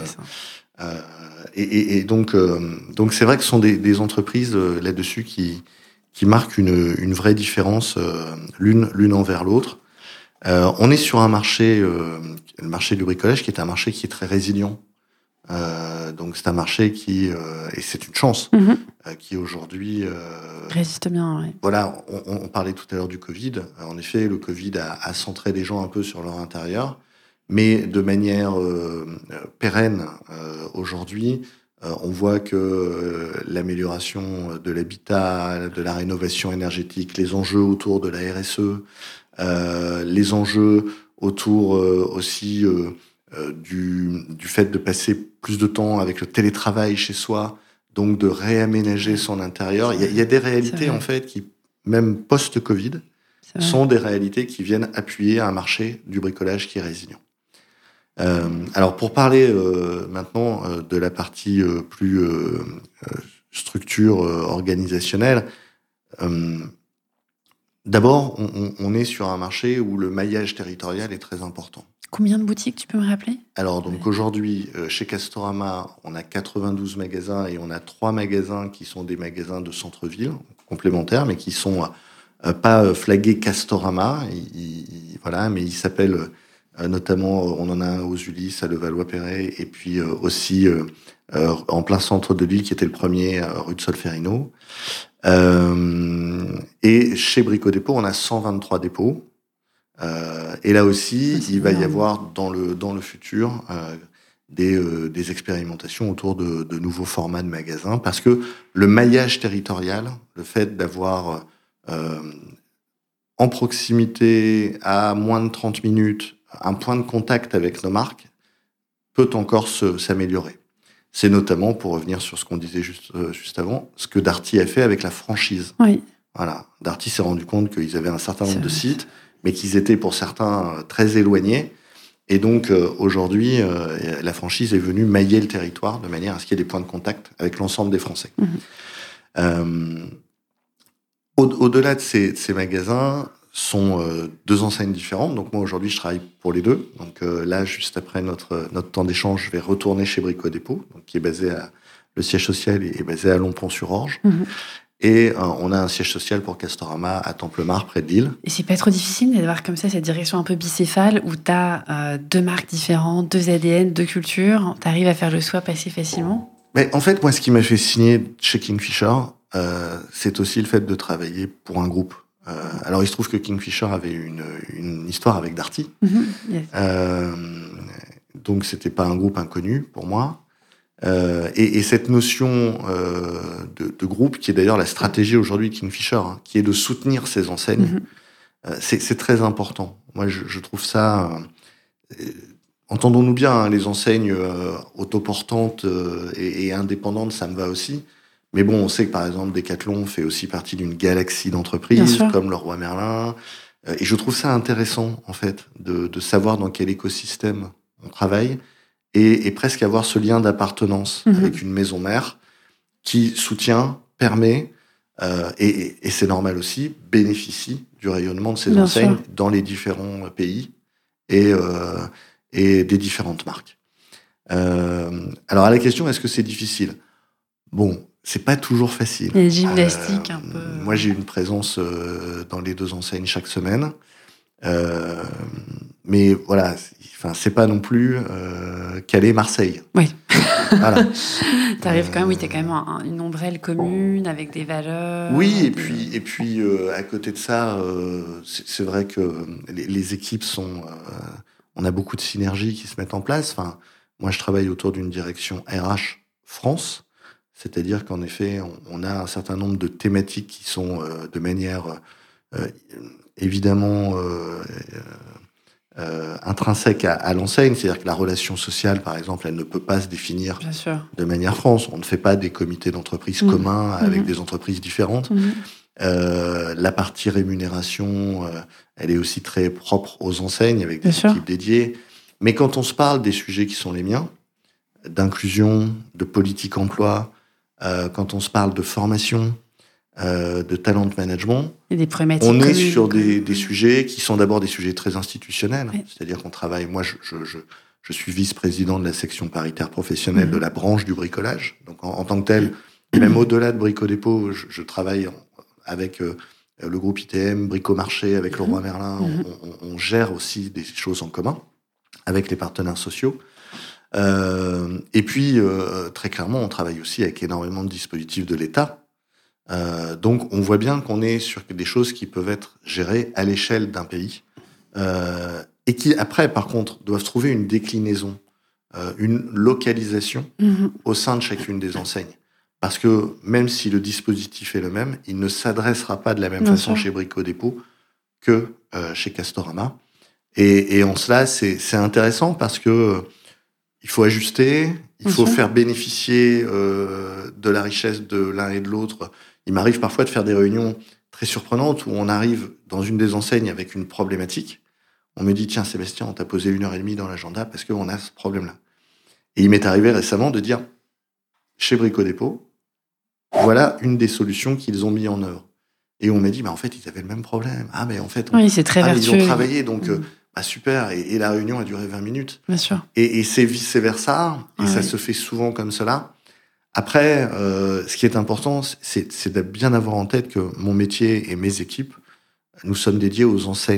[SPEAKER 2] Donc, c'est vrai que ce sont des entreprises là-dessus qui marquent une vraie différence l'une envers l'autre. On est sur un marché, le marché du bricolage, qui est un marché qui est très résilient. Donc c'est un marché qui, et c'est une chance, qui aujourd'hui
[SPEAKER 1] résiste bien. Ouais.
[SPEAKER 2] Voilà, on parlait tout à l'heure du Covid. En effet, le Covid a centré les gens un peu sur leur intérieur, mais de manière pérenne aujourd'hui. On voit que l'amélioration de l'habitat, de la rénovation énergétique, les enjeux autour de la RSE, les enjeux autour aussi du fait de passer plus de temps avec le télétravail chez soi, donc de réaménager son intérieur. Il y a des réalités en fait qui, même post-Covid, sont des réalités qui viennent appuyer un marché du bricolage qui est résilient. Alors pour parler maintenant de la partie plus structure organisationnelle, d'abord on est sur un marché où le maillage territorial est très important.
[SPEAKER 1] Combien de boutiques, tu peux me rappeler ? Alors
[SPEAKER 2] donc aujourd'hui chez Castorama on a 92 magasins et on a 3 magasins qui sont des magasins de centre-ville complémentaires mais qui sont pas flagués Castorama, voilà, mais ils s'appellent Notamment, on en a un aux Ulysses, à Levallois-Perret, et puis aussi en plein centre de Lille, qui était le premier, rue de Solferino. Et chez Brico Dépôt, on a 123 dépôts. Et là aussi, il va y avoir dans le futur des expérimentations autour de nouveaux formats de magasins, parce que le maillage territorial, le fait d'avoir en proximité, à moins de 30 minutes, un point de contact avec nos marques, peut encore s'améliorer. C'est notamment, pour revenir sur ce qu'on disait juste avant, ce que Darty a fait avec la franchise.
[SPEAKER 1] Oui.
[SPEAKER 2] Voilà. Darty s'est rendu compte qu'ils avaient un certain nombre de sites, mais qu'ils étaient pour certains très éloignés. Et donc, aujourd'hui, la franchise est venue mailler le territoire de manière à ce qu'il y ait des points de contact avec l'ensemble des Français. Au-delà de ces magasins, sont deux enseignes différentes. Donc moi, aujourd'hui, je travaille pour les deux. Donc là, juste après notre temps d'échange, je vais retourner chez Brico Dépôt, donc, qui est basé le siège social est basé à Longpont-sur-Orge. Et on a un siège social pour Castorama à Templemar, près de Lille.
[SPEAKER 1] Et c'est pas trop difficile d'avoir comme ça cette direction un peu bicéphale où tu as deux marques différentes, deux ADN, deux cultures. Tu arrives à faire le swap assez facilement?
[SPEAKER 2] Mais en fait, moi, ce qui m'a fait signer chez Kingfisher, c'est aussi le fait de travailler pour un groupe. Alors, il se trouve que Kingfisher avait une histoire avec Darty.
[SPEAKER 1] Yes.
[SPEAKER 2] Donc, c'était pas un groupe inconnu pour moi. Et cette notion de groupe, qui est d'ailleurs la stratégie aujourd'hui de Kingfisher, qui est de soutenir ces enseignes, c'est très important. Moi, je trouve ça... entendons-nous bien, les enseignes autoportantes et indépendantes, ça me va aussi. Mais bon, on sait que, par exemple, Decathlon fait aussi partie d'une galaxie d'entreprises, comme Leroy Merlin. Et je trouve ça intéressant, en fait, de savoir dans quel écosystème on travaille et presque avoir ce lien d'appartenance avec une maison mère qui soutient, permet, et c'est normal aussi, bénéficie du rayonnement de ces enseignes dans les différents pays et des différentes marques. Alors, à la question, est-ce que c'est difficile ? Bon, c'est pas toujours facile.
[SPEAKER 1] Les gymnastiques, un peu.
[SPEAKER 2] Moi, j'ai une présence dans les deux enseignes chaque semaine. Mais voilà, c'est pas non plus Calais-Marseille.
[SPEAKER 1] Oui.
[SPEAKER 2] Voilà.
[SPEAKER 1] T'arrives quand même, t'as quand même une ombrelle commune avec des valeurs.
[SPEAKER 2] Oui, et puis à côté de ça, c'est vrai que les équipes sont... on a beaucoup de synergies qui se mettent en place. Enfin, moi, je travaille autour d'une direction RH France. C'est-à-dire qu'en effet, on a un certain nombre de thématiques qui sont de manière évidemment intrinsèque à l'enseigne. C'est-à-dire que la relation sociale, par exemple, elle ne peut pas se définir de manière France. On ne fait pas des comités d'entreprise communs avec des entreprises différentes. La partie rémunération, elle est aussi très propre aux enseignes avec des équipes dédiées. Mais quand on se parle des sujets qui sont les miens, d'inclusion, de politique emploi, quand on se parle de formation, de talent management, on est sur des sujets qui sont d'abord des sujets très institutionnels. Oui. C'est-à-dire qu'on travaille... Moi, je suis vice-président de la section paritaire professionnelle de la branche du bricolage. Donc, en tant que tel, même au-delà de Brico Dépôt, je travaille avec le groupe ITM, Bricomarché, avec Leroy Merlin. On gère aussi des choses en commun avec les partenaires sociaux. Et puis, très clairement, on travaille aussi avec énormément de dispositifs de l'État. Donc, on voit bien qu'on est sur des choses qui peuvent être gérées à l'échelle d'un pays et qui, après, par contre, doivent trouver une déclinaison, une localisation au sein de chacune des enseignes. Parce que même si le dispositif est le même, il ne s'adressera pas de la même façon chez Brico Dépôt que chez Castorama. Et en cela, c'est intéressant parce que il faut ajuster, il faut faire bénéficier de la richesse de l'un et de l'autre. Il m'arrive parfois de faire des réunions très surprenantes où on arrive dans une des enseignes avec une problématique. On me dit, tiens Sébastien, on t'a posé 1h30 dans l'agenda parce qu'on a ce problème-là. Et il m'est arrivé récemment de dire, chez Brico Dépôt, voilà une des solutions qu'ils ont mis en œuvre. Et on m'a dit, en fait, ils avaient le même problème. Ah, mais en fait,
[SPEAKER 1] c'est très vertueux.
[SPEAKER 2] Ils ont travaillé, donc... super, et la réunion a duré 20 minutes.
[SPEAKER 1] Bien sûr.
[SPEAKER 2] Et c'est vice-versa, et ça se fait souvent comme cela. Après, ce qui est important, c'est de bien avoir en tête que mon métier et mes équipes, nous sommes dédiés aux enseignes.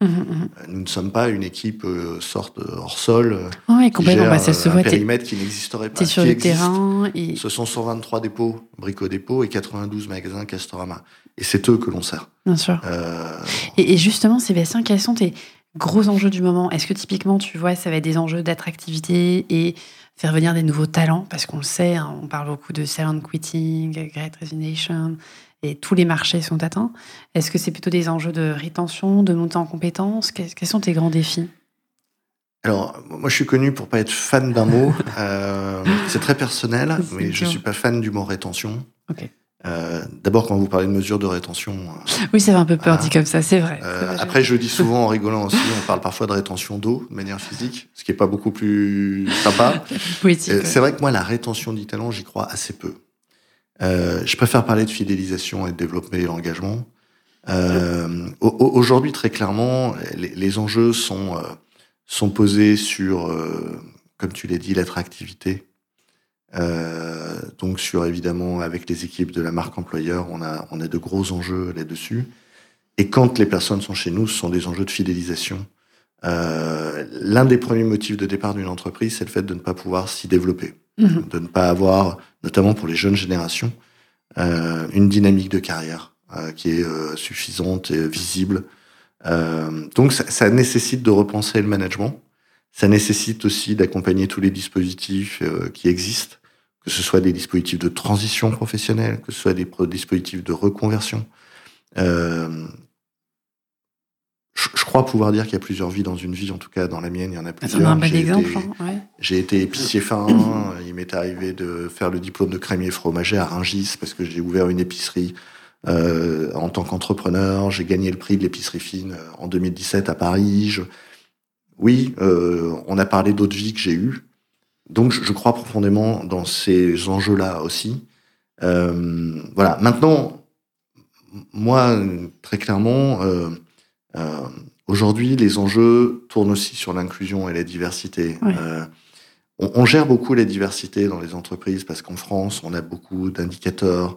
[SPEAKER 2] Nous ne sommes pas une équipe sorte hors sol
[SPEAKER 1] Oui,
[SPEAKER 2] qui
[SPEAKER 1] complètement.
[SPEAKER 2] gère
[SPEAKER 1] Ça se
[SPEAKER 2] un
[SPEAKER 1] voit.
[SPEAKER 2] périmètre qui n'existerait pas.
[SPEAKER 1] Tu es sur le terrain. Et...
[SPEAKER 2] Ce sont 123 dépôts, Brico Dépôt, et 92 magasins Castorama. Et c'est eux que l'on sert.
[SPEAKER 1] Bien sûr. Et justement, Sébastien, quels sont tes gros enjeux du moment? Est-ce que typiquement, tu vois, ça va être des enjeux d'attractivité et faire venir des nouveaux talents? Parce qu'on le sait, hein, on parle beaucoup de silent quitting, great resignation, et tous les marchés sont atteints. Est-ce que c'est plutôt des enjeux de rétention, de montée en compétences? Quels sont tes grands défis?
[SPEAKER 2] Alors, moi, je suis connu pour pas être fan d'un mot. C'est très personnel, mais je suis pas fan du mot rétention.
[SPEAKER 1] Ok.
[SPEAKER 2] D'abord, quand vous parlez de mesures de rétention...
[SPEAKER 1] oui, ça fait un peu peur dit comme ça, c'est vrai.
[SPEAKER 2] Après, je dis souvent en rigolant aussi, on parle parfois de rétention d'eau, de manière physique, ce qui est pas beaucoup plus sympa.
[SPEAKER 1] Poétique.
[SPEAKER 2] C'est vrai que moi, la rétention du talent, j'y crois assez peu. Je préfère parler de fidélisation et de développer l'engagement. Aujourd'hui, très clairement, les enjeux sont posés sur, comme tu l'as dit, l'attractivité. Donc sur, évidemment, avec les équipes de la marque employeur, on a de gros enjeux là-dessus. Et quand les personnes sont chez nous, ce sont des enjeux de fidélisation. L'un des premiers motifs de départ d'une entreprise, c'est le fait de ne pas pouvoir s'y développer, de ne pas avoir, notamment pour les jeunes générations, une dynamique de carrière qui est suffisante et visible. Donc ça nécessite de repenser le management. Ça nécessite aussi d'accompagner tous les dispositifs qui existent, que ce soit des dispositifs de transition professionnelle, que ce soit des dispositifs de reconversion. Je crois pouvoir dire qu'il y a plusieurs vies dans une vie, en tout cas dans la mienne, il y en a plusieurs.
[SPEAKER 1] On a un bon exemple.
[SPEAKER 2] J'ai été épicier fin. Il m'est arrivé de faire le diplôme de crémier fromager à Rungis parce que j'ai ouvert une épicerie en tant qu'entrepreneur. J'ai gagné le prix de l'épicerie fine en 2017 à Paris. Oui, on a parlé d'autres vies que j'ai eues. Donc, je crois profondément dans ces enjeux-là aussi. Voilà. Maintenant, moi, très clairement, aujourd'hui, les enjeux tournent aussi sur l'inclusion et la diversité.
[SPEAKER 1] Oui.
[SPEAKER 2] On gère beaucoup la diversité dans les entreprises parce qu'en France, on a beaucoup d'indicateurs.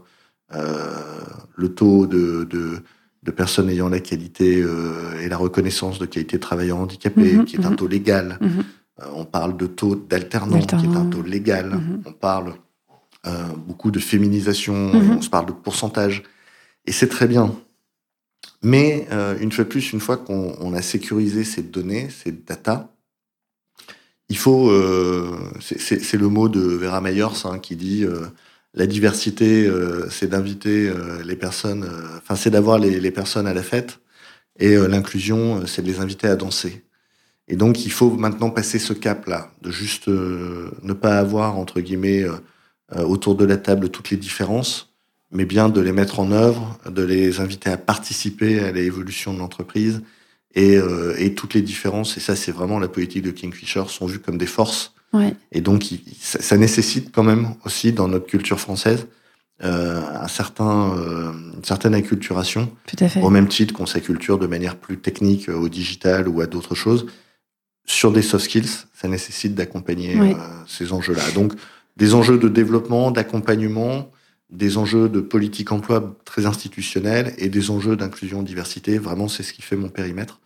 [SPEAKER 2] Le taux de personnes ayant la qualité et la reconnaissance de qualité de travailleurs handicapés, qui est un taux légal. On parle de taux d'alternants, qui est un taux légal. On parle beaucoup de féminisation, on se parle de pourcentage. Et c'est très bien. Mais une fois qu'on a sécurisé ces données, ces data, il faut... c'est le mot de Vera Meyers qui dit... la diversité, c'est d'inviter les personnes... c'est d'avoir les personnes à la fête. Et l'inclusion, c'est de les inviter à danser. Et donc, il faut maintenant passer ce cap-là, de juste ne pas avoir, entre guillemets, autour de la table toutes les différences, mais bien de les mettre en œuvre, de les inviter à participer à l'évolution de l'entreprise. Et toutes les différences, et ça, c'est vraiment la politique de Kingfisher, sont vues comme des forces.
[SPEAKER 1] Ouais.
[SPEAKER 2] Et donc, ça nécessite quand même aussi, dans notre culture française, une certaine acculturation.
[SPEAKER 1] Tout à fait.
[SPEAKER 2] Au même titre qu'on s'acculture de manière plus technique au digital ou à d'autres choses. Sur des soft skills, ça nécessite d'accompagner ces enjeux-là. Donc, des enjeux de développement, d'accompagnement, des enjeux de politique emploi très institutionnels et des enjeux d'inclusion, diversité. Vraiment, c'est ce qui fait mon périmètre.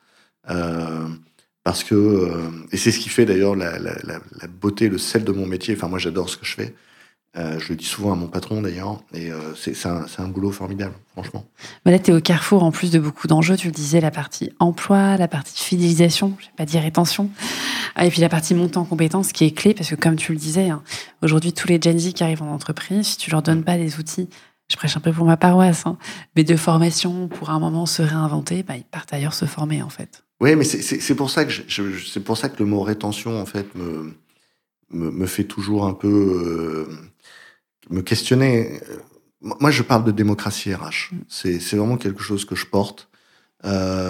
[SPEAKER 2] Parce que, et c'est ce qui fait d'ailleurs la beauté, le sel de mon métier. Enfin, moi, j'adore ce que je fais. Je le dis souvent à mon patron d'ailleurs, et c'est un boulot formidable, franchement.
[SPEAKER 1] Là, tu es au carrefour en plus de beaucoup d'enjeux. Tu le disais, la partie emploi, la partie fidélisation, je ne vais pas dire rétention, et puis la partie montée en compétences qui est clé, parce que comme tu le disais, aujourd'hui, tous les Gen Z qui arrivent en entreprise, si tu leur donnes pas des outils, je prêche un peu pour ma paroisse, mais de formation pour à un moment se réinventer, ils partent ailleurs se former en fait.
[SPEAKER 2] Oui, mais c'est pour ça que c'est pour ça que le mot rétention en fait me fait toujours un peu me questionner. Moi, je parle de démocratie RH. C'est vraiment quelque chose que je porte. Pourquoi ?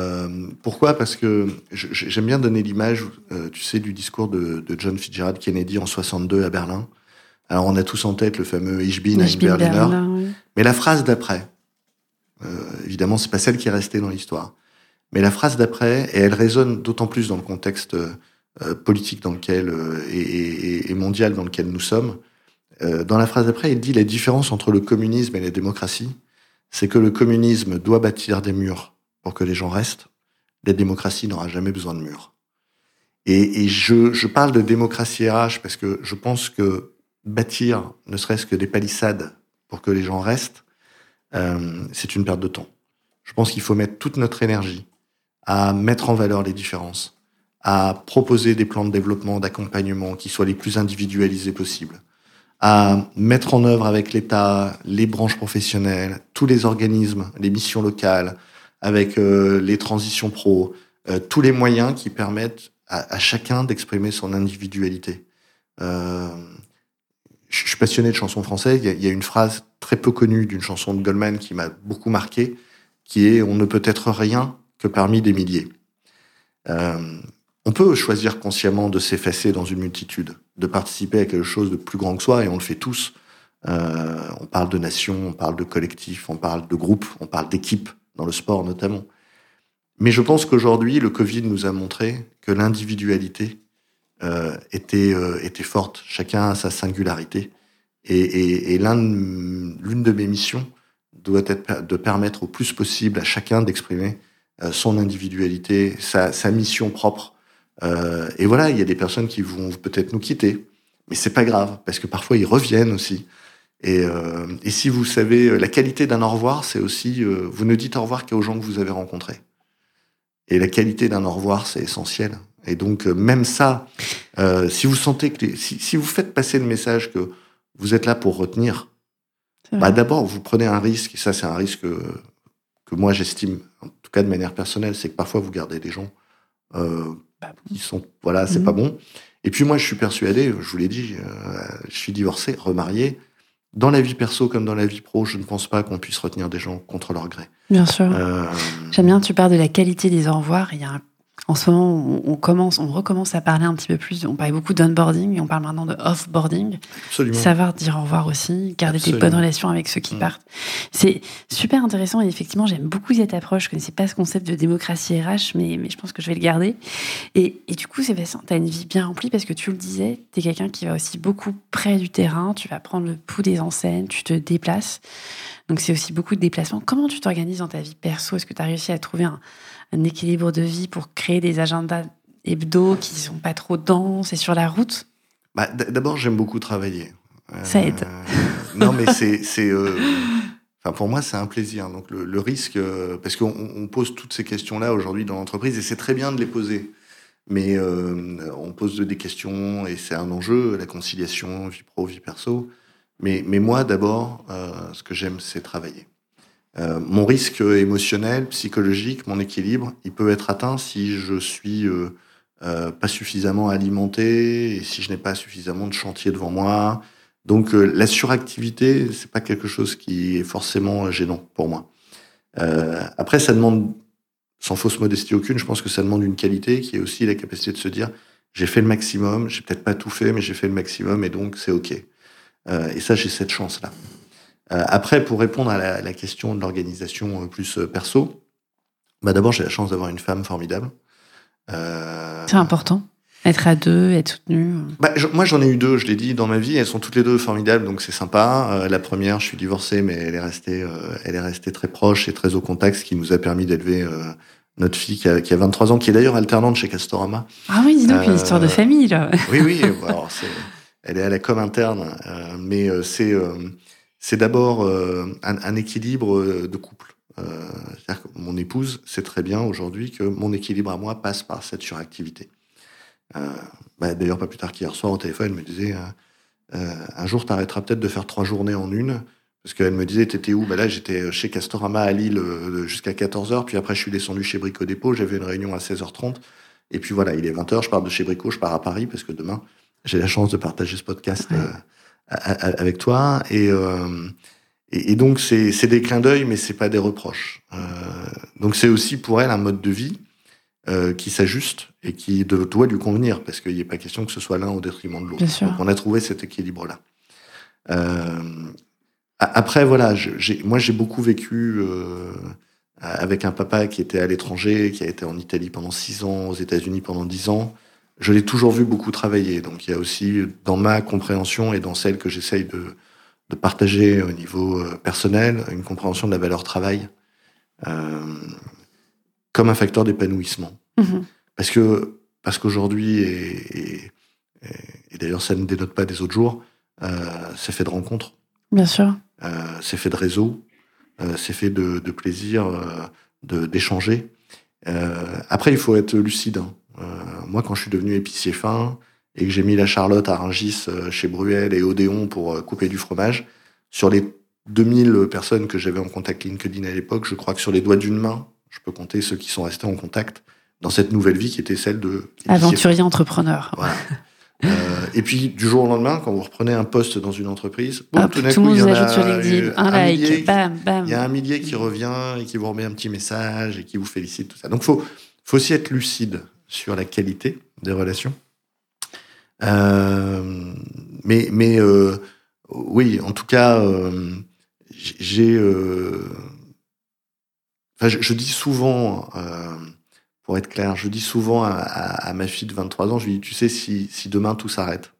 [SPEAKER 2] Parce que j'aime bien donner l'image, tu sais, du discours de John Fitzgerald Kennedy en 62 à Berlin. Alors, on a tous en tête le fameux Ich bin ein Berliner.
[SPEAKER 1] Oui.
[SPEAKER 2] Mais la phrase d'après, évidemment, c'est pas celle qui est restée dans l'histoire. Mais la phrase d'après, et elle résonne d'autant plus dans le contexte politique dans lequel et mondial dans lequel nous sommes. Dans la phrase d'après, il dit la différence entre le communisme et la démocratie, c'est que le communisme doit bâtir des murs pour que les gens restent. la démocratie n'aura jamais besoin de murs. Et je parle de démocratie RH parce que je pense que bâtir ne serait-ce que des palissades pour que les gens restent, c'est une perte de temps. Je pense qu'il faut mettre toute notre énergie à mettre en valeur les différences, à proposer des plans de développement, d'accompagnement qui soient les plus individualisés possibles, à mettre en œuvre avec l'État, les branches professionnelles, tous les organismes, les missions locales, avec les transitions pro, tous les moyens qui permettent à chacun d'exprimer son individualité. Je suis passionné de chansons françaises. Il y a une phrase très peu connue d'une chanson de Goldman qui m'a beaucoup marqué, qui est « On ne peut être rien que parmi des milliers ». On peut choisir consciemment de s'effacer dans une multitude, de participer à quelque chose de plus grand que soi, et on le fait tous. On parle de nation, on parle de collectif, on parle de groupe, on parle d'équipe, dans le sport notamment. Mais je pense qu'aujourd'hui, le Covid nous a montré que l'individualité était forte. Chacun a sa singularité. Et l'une de mes missions doit être de permettre au plus possible à chacun d'exprimer son individualité, sa mission propre. Et voilà, il y a des personnes qui vont peut-être nous quitter, mais c'est pas grave, parce que parfois ils reviennent aussi. Et si vous savez, la qualité d'un au revoir, c'est aussi, vous ne dites au revoir qu'aux gens que vous avez rencontrés. Et la qualité d'un au revoir, c'est essentiel. Et donc, même ça, si vous sentez que si vous faites passer le message que vous êtes là pour retenir, d'abord, vous prenez un risque, et ça, c'est un risque que moi, j'estime, en tout cas de manière personnelle, c'est que parfois, vous gardez des gens qui sont... Voilà, c'est pas bon. Et puis moi, je suis persuadé, je vous l'ai dit, je suis divorcé, remarié. Dans la vie perso comme dans la vie pro, je ne pense pas qu'on puisse retenir des gens contre leur gré.
[SPEAKER 1] Bien sûr. J'aime bien, tu parles de la qualité des au revoir. Il y a en ce moment, on recommence à parler un petit peu plus. On parlait beaucoup d'onboarding et on parle maintenant de offboarding.
[SPEAKER 2] Absolument.
[SPEAKER 1] Savoir dire au revoir aussi, garder des bonnes relations avec ceux qui partent. C'est super intéressant et effectivement, j'aime beaucoup cette approche. Je ne connaissais pas ce concept de démocratie RH, mais je pense que je vais le garder. Et du coup, Sébastien, tu as une vie bien remplie parce que tu le disais, tu es quelqu'un qui va aussi beaucoup près du terrain, tu vas prendre le pouls des enseignes, tu te déplaces. Donc, c'est aussi beaucoup de déplacements. Comment tu t'organises dans ta vie perso ? Est-ce que tu as réussi à trouver un équilibre de vie pour créer des agendas hebdo qui ne sont pas trop denses et sur la route ?
[SPEAKER 2] D'abord, j'aime beaucoup travailler.
[SPEAKER 1] Ça aide.
[SPEAKER 2] Non, mais pour moi, c'est un plaisir. Donc, le risque, parce qu'on pose toutes ces questions-là aujourd'hui dans l'entreprise, et c'est très bien de les poser. Mais on pose des questions, et c'est un enjeu, la conciliation, vie pro, vie perso. Mais moi, d'abord, ce que j'aime, c'est travailler. Mon risque émotionnel, psychologique, mon équilibre, il peut être atteint si je suis pas suffisamment alimenté et si je n'ai pas suffisamment de chantier devant moi. Donc la suractivité, c'est pas quelque chose qui est forcément gênant pour moi. Après, ça demande, sans fausse modestie aucune, je pense que ça demande une qualité qui est aussi la capacité de se dire j'ai fait le maximum, j'ai peut-être pas tout fait, mais j'ai fait le maximum et donc c'est OK. Et ça, j'ai cette chance-là. Après, pour répondre à la question de l'organisation plus perso, d'abord, j'ai la chance d'avoir une femme formidable.
[SPEAKER 1] C'est important. Être à deux, être soutenu.
[SPEAKER 2] Moi, j'en ai eu deux, je l'ai dit, dans ma vie. Elles sont toutes les deux formidables, donc c'est sympa. La première, je suis divorcé, mais elle est restée très proche et très au contact, ce qui nous a permis d'élever notre fille qui a 23 ans, qui est d'ailleurs alternante chez Castorama.
[SPEAKER 1] Ah oui, dis donc, une histoire de famille, là.
[SPEAKER 2] Oui. Alors, elle est à la com interne, mais c'est d'abord un équilibre de couple. C'est-à-dire que mon épouse sait très bien aujourd'hui que mon équilibre à moi passe par cette suractivité. D'ailleurs, pas plus tard qu'hier soir, au téléphone, elle me disait un jour, t'arrêteras peut-être de faire 3 journées en une. Parce qu'elle me disait, t'étais où ? Là, j'étais chez Castorama à Lille jusqu'à 14h. Puis après, je suis descendu chez Brico Dépôt. J'avais une réunion à 16h30. Et puis voilà, il est 20h. Je pars de chez Brico, je pars à Paris parce que demain, j'ai la chance de partager ce podcast avec toi. Et donc, c'est des clins d'œil, mais c'est pas des reproches. Donc, c'est aussi pour elle un mode de vie qui s'ajuste et qui doit lui convenir, parce qu'il n'est pas question que ce soit l'un au détriment de l'autre. Donc, on a trouvé cet équilibre-là. Après, voilà, moi, j'ai beaucoup vécu avec un papa qui était à l'étranger, qui a été en Italie pendant 6 ans, aux États-Unis pendant 10 ans. Je l'ai toujours vu beaucoup travailler. Donc, il y a aussi, dans ma compréhension et dans celle que j'essaye de partager au niveau personnel, une compréhension de la valeur travail. comme un facteur d'épanouissement. Parce qu'aujourd'hui, et d'ailleurs ça ne dénote pas des autres jours, c'est fait de rencontres.
[SPEAKER 1] Bien sûr.
[SPEAKER 2] C'est fait de réseaux, c'est fait de plaisir, d'échanger. Après, il faut être lucide. Moi, quand je suis devenu épicier fin et que j'ai mis la Charlotte à Rungis chez Bruel et Odéon pour couper du fromage, sur les 2000 personnes que j'avais en contact LinkedIn à l'époque, je crois que sur les doigts d'une main, je peux compter ceux qui sont restés en contact dans cette nouvelle vie qui était celle de
[SPEAKER 1] aventurier entrepreneur.
[SPEAKER 2] Voilà. Et puis, du jour au lendemain, quand vous reprenez un poste dans une entreprise,
[SPEAKER 1] tout le monde vous ajoute sur LinkedIn, un like, bam, bam.
[SPEAKER 2] Il y a un millier qui revient et qui vous remet un petit message et qui vous félicite, tout ça. Donc, faut aussi être lucide sur la qualité des relations. Oui, en tout cas, je dis souvent, pour être clair, je dis souvent à ma fille de 23 ans, je lui dis, tu sais, si demain tout s'arrête,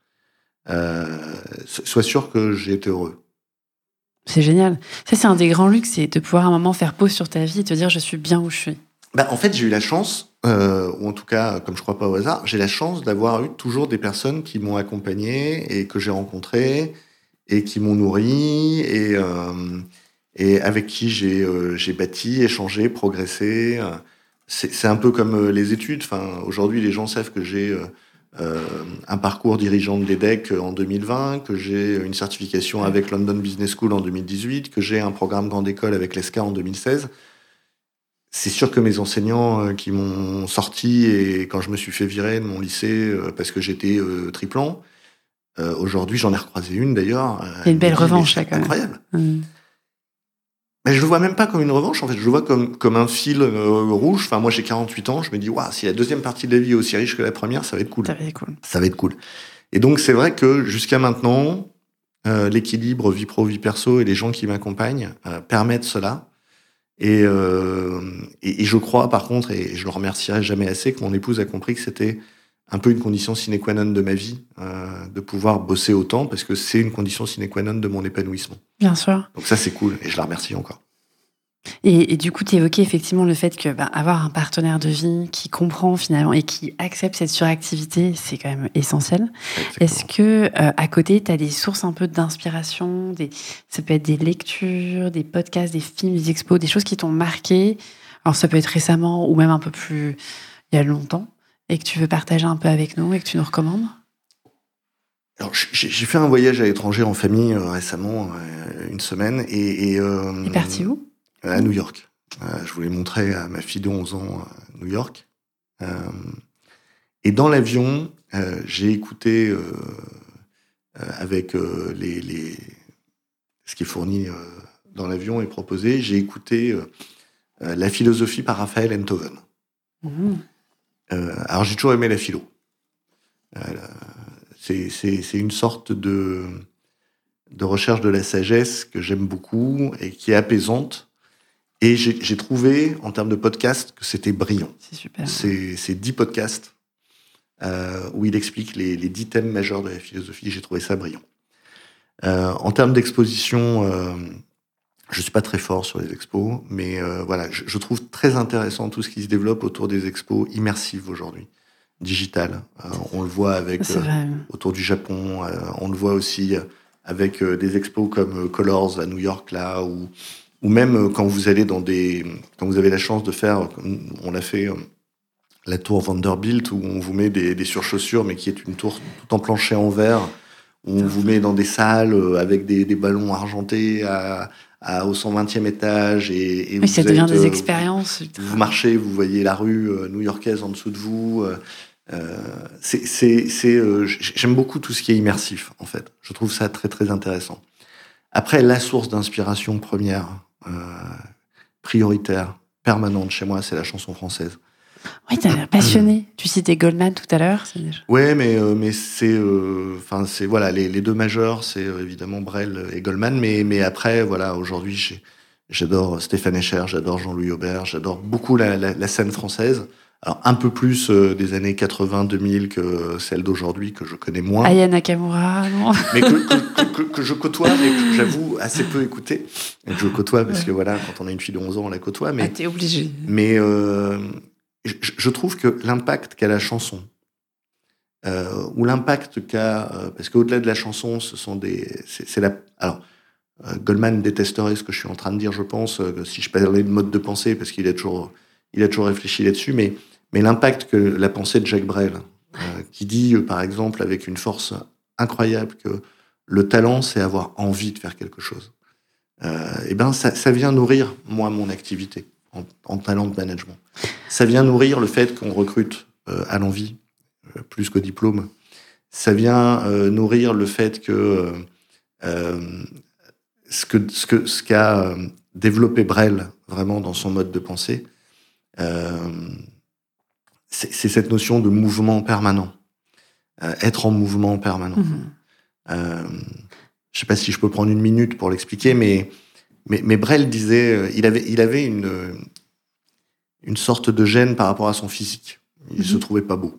[SPEAKER 2] sois sûr que j'ai été heureux.
[SPEAKER 1] C'est génial. Ça, c'est un des grands luxes, c'est de pouvoir à un moment faire pause sur ta vie et te dire, je suis bien où je suis.
[SPEAKER 2] En fait, j'ai eu la chance, ou en tout cas, comme je crois pas au hasard, j'ai la chance d'avoir eu toujours des personnes qui m'ont accompagné et que j'ai rencontrées et qui m'ont nourri et avec qui j'ai bâti, échangé, progressé. C'est un peu comme les études. Enfin, aujourd'hui, les gens savent que j'ai un parcours dirigeant de l'EDEC en 2020, que j'ai une certification avec London Business School en 2018, que j'ai un programme grande école avec l'ESCA en 2016. C'est sûr que mes enseignants qui m'ont sorti et quand je me suis fait virer de mon lycée parce que j'étais triplant, aujourd'hui j'en ai recroisé une d'ailleurs.
[SPEAKER 1] C'est une belle revanche là quand même.
[SPEAKER 2] Incroyable. Mais je le vois même pas comme une revanche, en fait, je le vois comme un fil rouge. Enfin, moi j'ai 48 ans, je me dis, waouh, si la deuxième partie de la vie est aussi riche que la première, ça va être cool. Ça va être cool. Et donc c'est vrai que jusqu'à maintenant, l'équilibre vie pro, vie perso et les gens qui m'accompagnent permettent cela. Et je crois, par contre, et je le remercierai jamais assez, que mon épouse a compris que c'était un peu une condition sine qua non de ma vie, de pouvoir bosser autant, parce que c'est une condition sine qua non de mon épanouissement.
[SPEAKER 1] Bien sûr.
[SPEAKER 2] Donc ça, c'est cool, et je la remercie encore.
[SPEAKER 1] Et du coup, tu évoquais effectivement le fait que avoir un partenaire de vie qui comprend finalement et qui accepte cette suractivité, c'est quand même essentiel. Exactement. Est-ce que à côté, tu as des sources un peu d'inspiration, ça peut être des lectures, des podcasts, des films, des expos, des choses qui t'ont marqué. Alors ça peut être récemment ou même un peu plus il y a longtemps et que tu veux partager un peu avec nous et que tu nous recommandes.
[SPEAKER 2] Alors j'ai fait un voyage à l'étranger en famille récemment, une semaine et
[SPEAKER 1] parti où?
[SPEAKER 2] À New York. Je voulais montrer à ma fille de 11 ans New York. Et dans l'avion, j'ai écouté avec ce qui est fourni dans l'avion et proposé, j'ai écouté La philosophie par Raphaël Enthoven. Alors j'ai toujours aimé la philo. C'est une sorte de recherche de la sagesse que j'aime beaucoup et qui est apaisante. Et j'ai trouvé, en termes de podcast, que c'était brillant.
[SPEAKER 1] C'est super.
[SPEAKER 2] C'est 10 podcasts où il explique les 10 thèmes majeurs de la philosophie. J'ai trouvé ça brillant. En termes d'exposition, je suis pas très fort sur les expos, mais voilà, je trouve très intéressant tout ce qui se développe autour des expos immersives aujourd'hui, digitales. On le voit avec autour du Japon. On le voit aussi avec des expos comme Colors à New York là ou même quand vous allez quand vous avez la chance de faire, on l'a fait, la tour Vanderbilt, où on vous met des surchaussures, mais qui est une tour tout en plancher en verre, où on vous met dans des salles avec des ballons argentés au 120e étage. Et
[SPEAKER 1] oui, ça devient des expériences.
[SPEAKER 2] Vous marchez, vous voyez la rue new-yorkaise en dessous de vous. J'aime beaucoup tout ce qui est immersif, en fait. Je trouve ça très, très intéressant. Après, la source d'inspiration première, prioritaire, permanente chez moi, c'est la chanson française.
[SPEAKER 1] Oui, t'as l'air passionné. Tu citais Goldman tout à l'heure.
[SPEAKER 2] Ouais, mais c'est voilà, les deux majeurs, c'est évidemment Brel et Goldman, mais après, voilà, aujourd'hui, j'adore Stéphane Echer, j'adore Jean-Louis Aubert, j'adore beaucoup la scène française. alors un peu plus des années 80-2000 que celle d'aujourd'hui, que je connais moins.
[SPEAKER 1] Aya Nakamura, non.
[SPEAKER 2] Mais que je côtoie, mais que j'avoue assez peu écouter. Et que je côtoie, parce que voilà, quand on a une fille de 11 ans, on la côtoie. Mais,
[SPEAKER 1] t'es obligé.
[SPEAKER 2] Mais je trouve que l'impact qu'a la chanson, ou l'impact qu'a... parce qu'au-delà de la chanson, ce sont des... Alors, Goldman détesterait ce que je suis en train de dire, je pense, si je parlais de mode de pensée, parce qu'il a toujours réfléchi là-dessus, mais l'impact que la pensée de Jacques Brel, qui dit, par exemple, avec une force incroyable, que le talent, c'est avoir envie de faire quelque chose. Et ben, ça vient nourrir, moi, mon activité en talent de management. Ça vient nourrir le fait qu'on recrute à l'envie, plus qu'au diplôme. Ça vient nourrir le fait que ce qu'a développé Brel vraiment dans son mode de pensée, c'est cette notion de mouvement permanent, être en mouvement permanent. Je ne sais pas si je peux prendre une minute pour l'expliquer, mais Brel disait, il avait une sorte de gêne par rapport à son physique. Il se trouvait pas beau.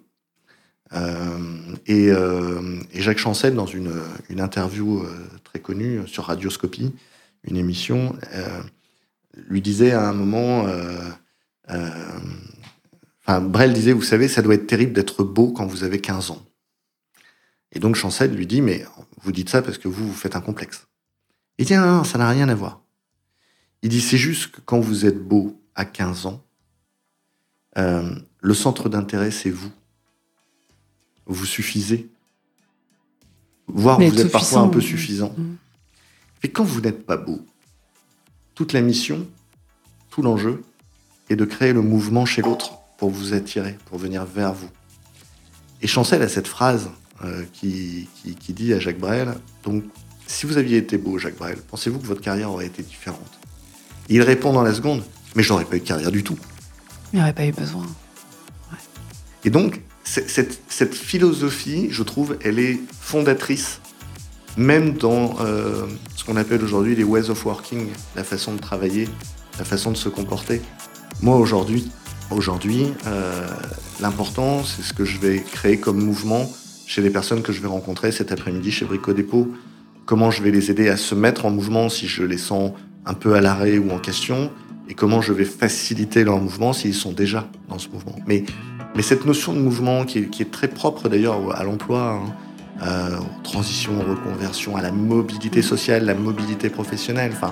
[SPEAKER 2] Et Jacques Chancel, dans une interview très connue sur Radioscopie, une émission, lui disait à un moment, Brel disait, vous savez, ça doit être terrible d'être beau quand vous avez 15 ans. Et donc Chancel lui dit, mais vous dites ça parce que vous faites un complexe. Il dit, non, ça n'a rien à voir. Il dit, c'est juste que quand vous êtes beau à 15 ans, le centre d'intérêt, c'est vous. Vous suffisez. Voire vous êtes parfois un peu suffisant. Et quand vous n'êtes pas beau, toute la mission, tout l'enjeu est de créer le mouvement chez l'autre pour vous attirer, pour venir vers vous. Et Chancel a cette phrase qui dit à Jacques Brel, donc, si vous aviez été beau, Jacques Brel, pensez-vous que votre carrière aurait été différente? Et il répond dans la seconde, mais je n'aurais pas eu de carrière du tout.
[SPEAKER 1] Il n'y aurait pas eu besoin. Ouais.
[SPEAKER 2] Et donc, cette philosophie, je trouve, elle est fondatrice, même dans ce qu'on appelle aujourd'hui les ways of working, la façon de travailler, la façon de se comporter. Moi, aujourd'hui, l'important, c'est ce que je vais créer comme mouvement chez les personnes que je vais rencontrer cet après-midi chez Brico Dépôt. Comment je vais les aider à se mettre en mouvement si je les sens un peu à l'arrêt ou en question, et comment je vais faciliter leur mouvement s'ils sont déjà dans ce mouvement. Mais cette notion de mouvement qui est très propre d'ailleurs à l'emploi, aux transitions, aux reconversions, à la mobilité sociale, la mobilité professionnelle. Enfin,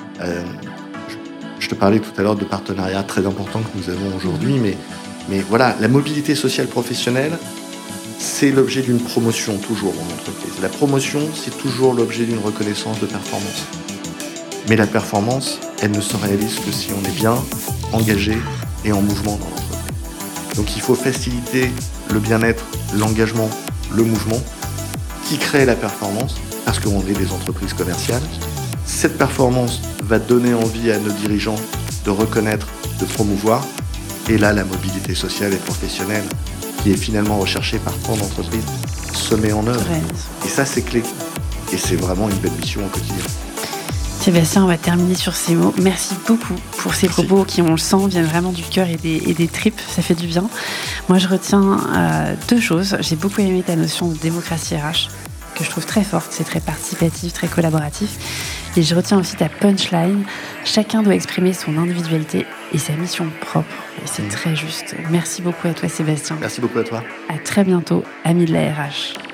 [SPEAKER 2] je te parlais tout à l'heure de partenariats très importants que nous avons aujourd'hui, mais voilà, la mobilité sociale professionnelle, c'est l'objet d'une promotion toujours en entreprise. La promotion, c'est toujours l'objet d'une reconnaissance de performance. Mais la performance, elle ne se réalise que si on est bien engagé et en mouvement dans l'entreprise. Donc il faut faciliter le bien-être, l'engagement, le mouvement qui crée la performance parce qu'on est des entreprises commerciales. Cette performance va donner envie à nos dirigeants de reconnaître, de promouvoir. Et là, la mobilité sociale et professionnelle qui est finalement recherchée par tant d'entreprises se met en œuvre. Et ça, c'est clé. Et c'est vraiment une belle mission au quotidien.
[SPEAKER 1] Sébastien, on va terminer sur ces mots. Merci beaucoup pour ces propos qui, on le sent, viennent vraiment du cœur et des tripes. Ça fait du bien. Moi, je retiens deux choses. J'ai beaucoup aimé ta notion de démocratie RH, que je trouve très forte. C'est très participatif, très collaboratif. Et je retiens aussi ta punchline. Chacun doit exprimer son individualité et sa mission propre. Et c'est très juste. Merci beaucoup à toi, Sébastien.
[SPEAKER 2] Merci beaucoup à toi.
[SPEAKER 1] À très bientôt, amis de la RH.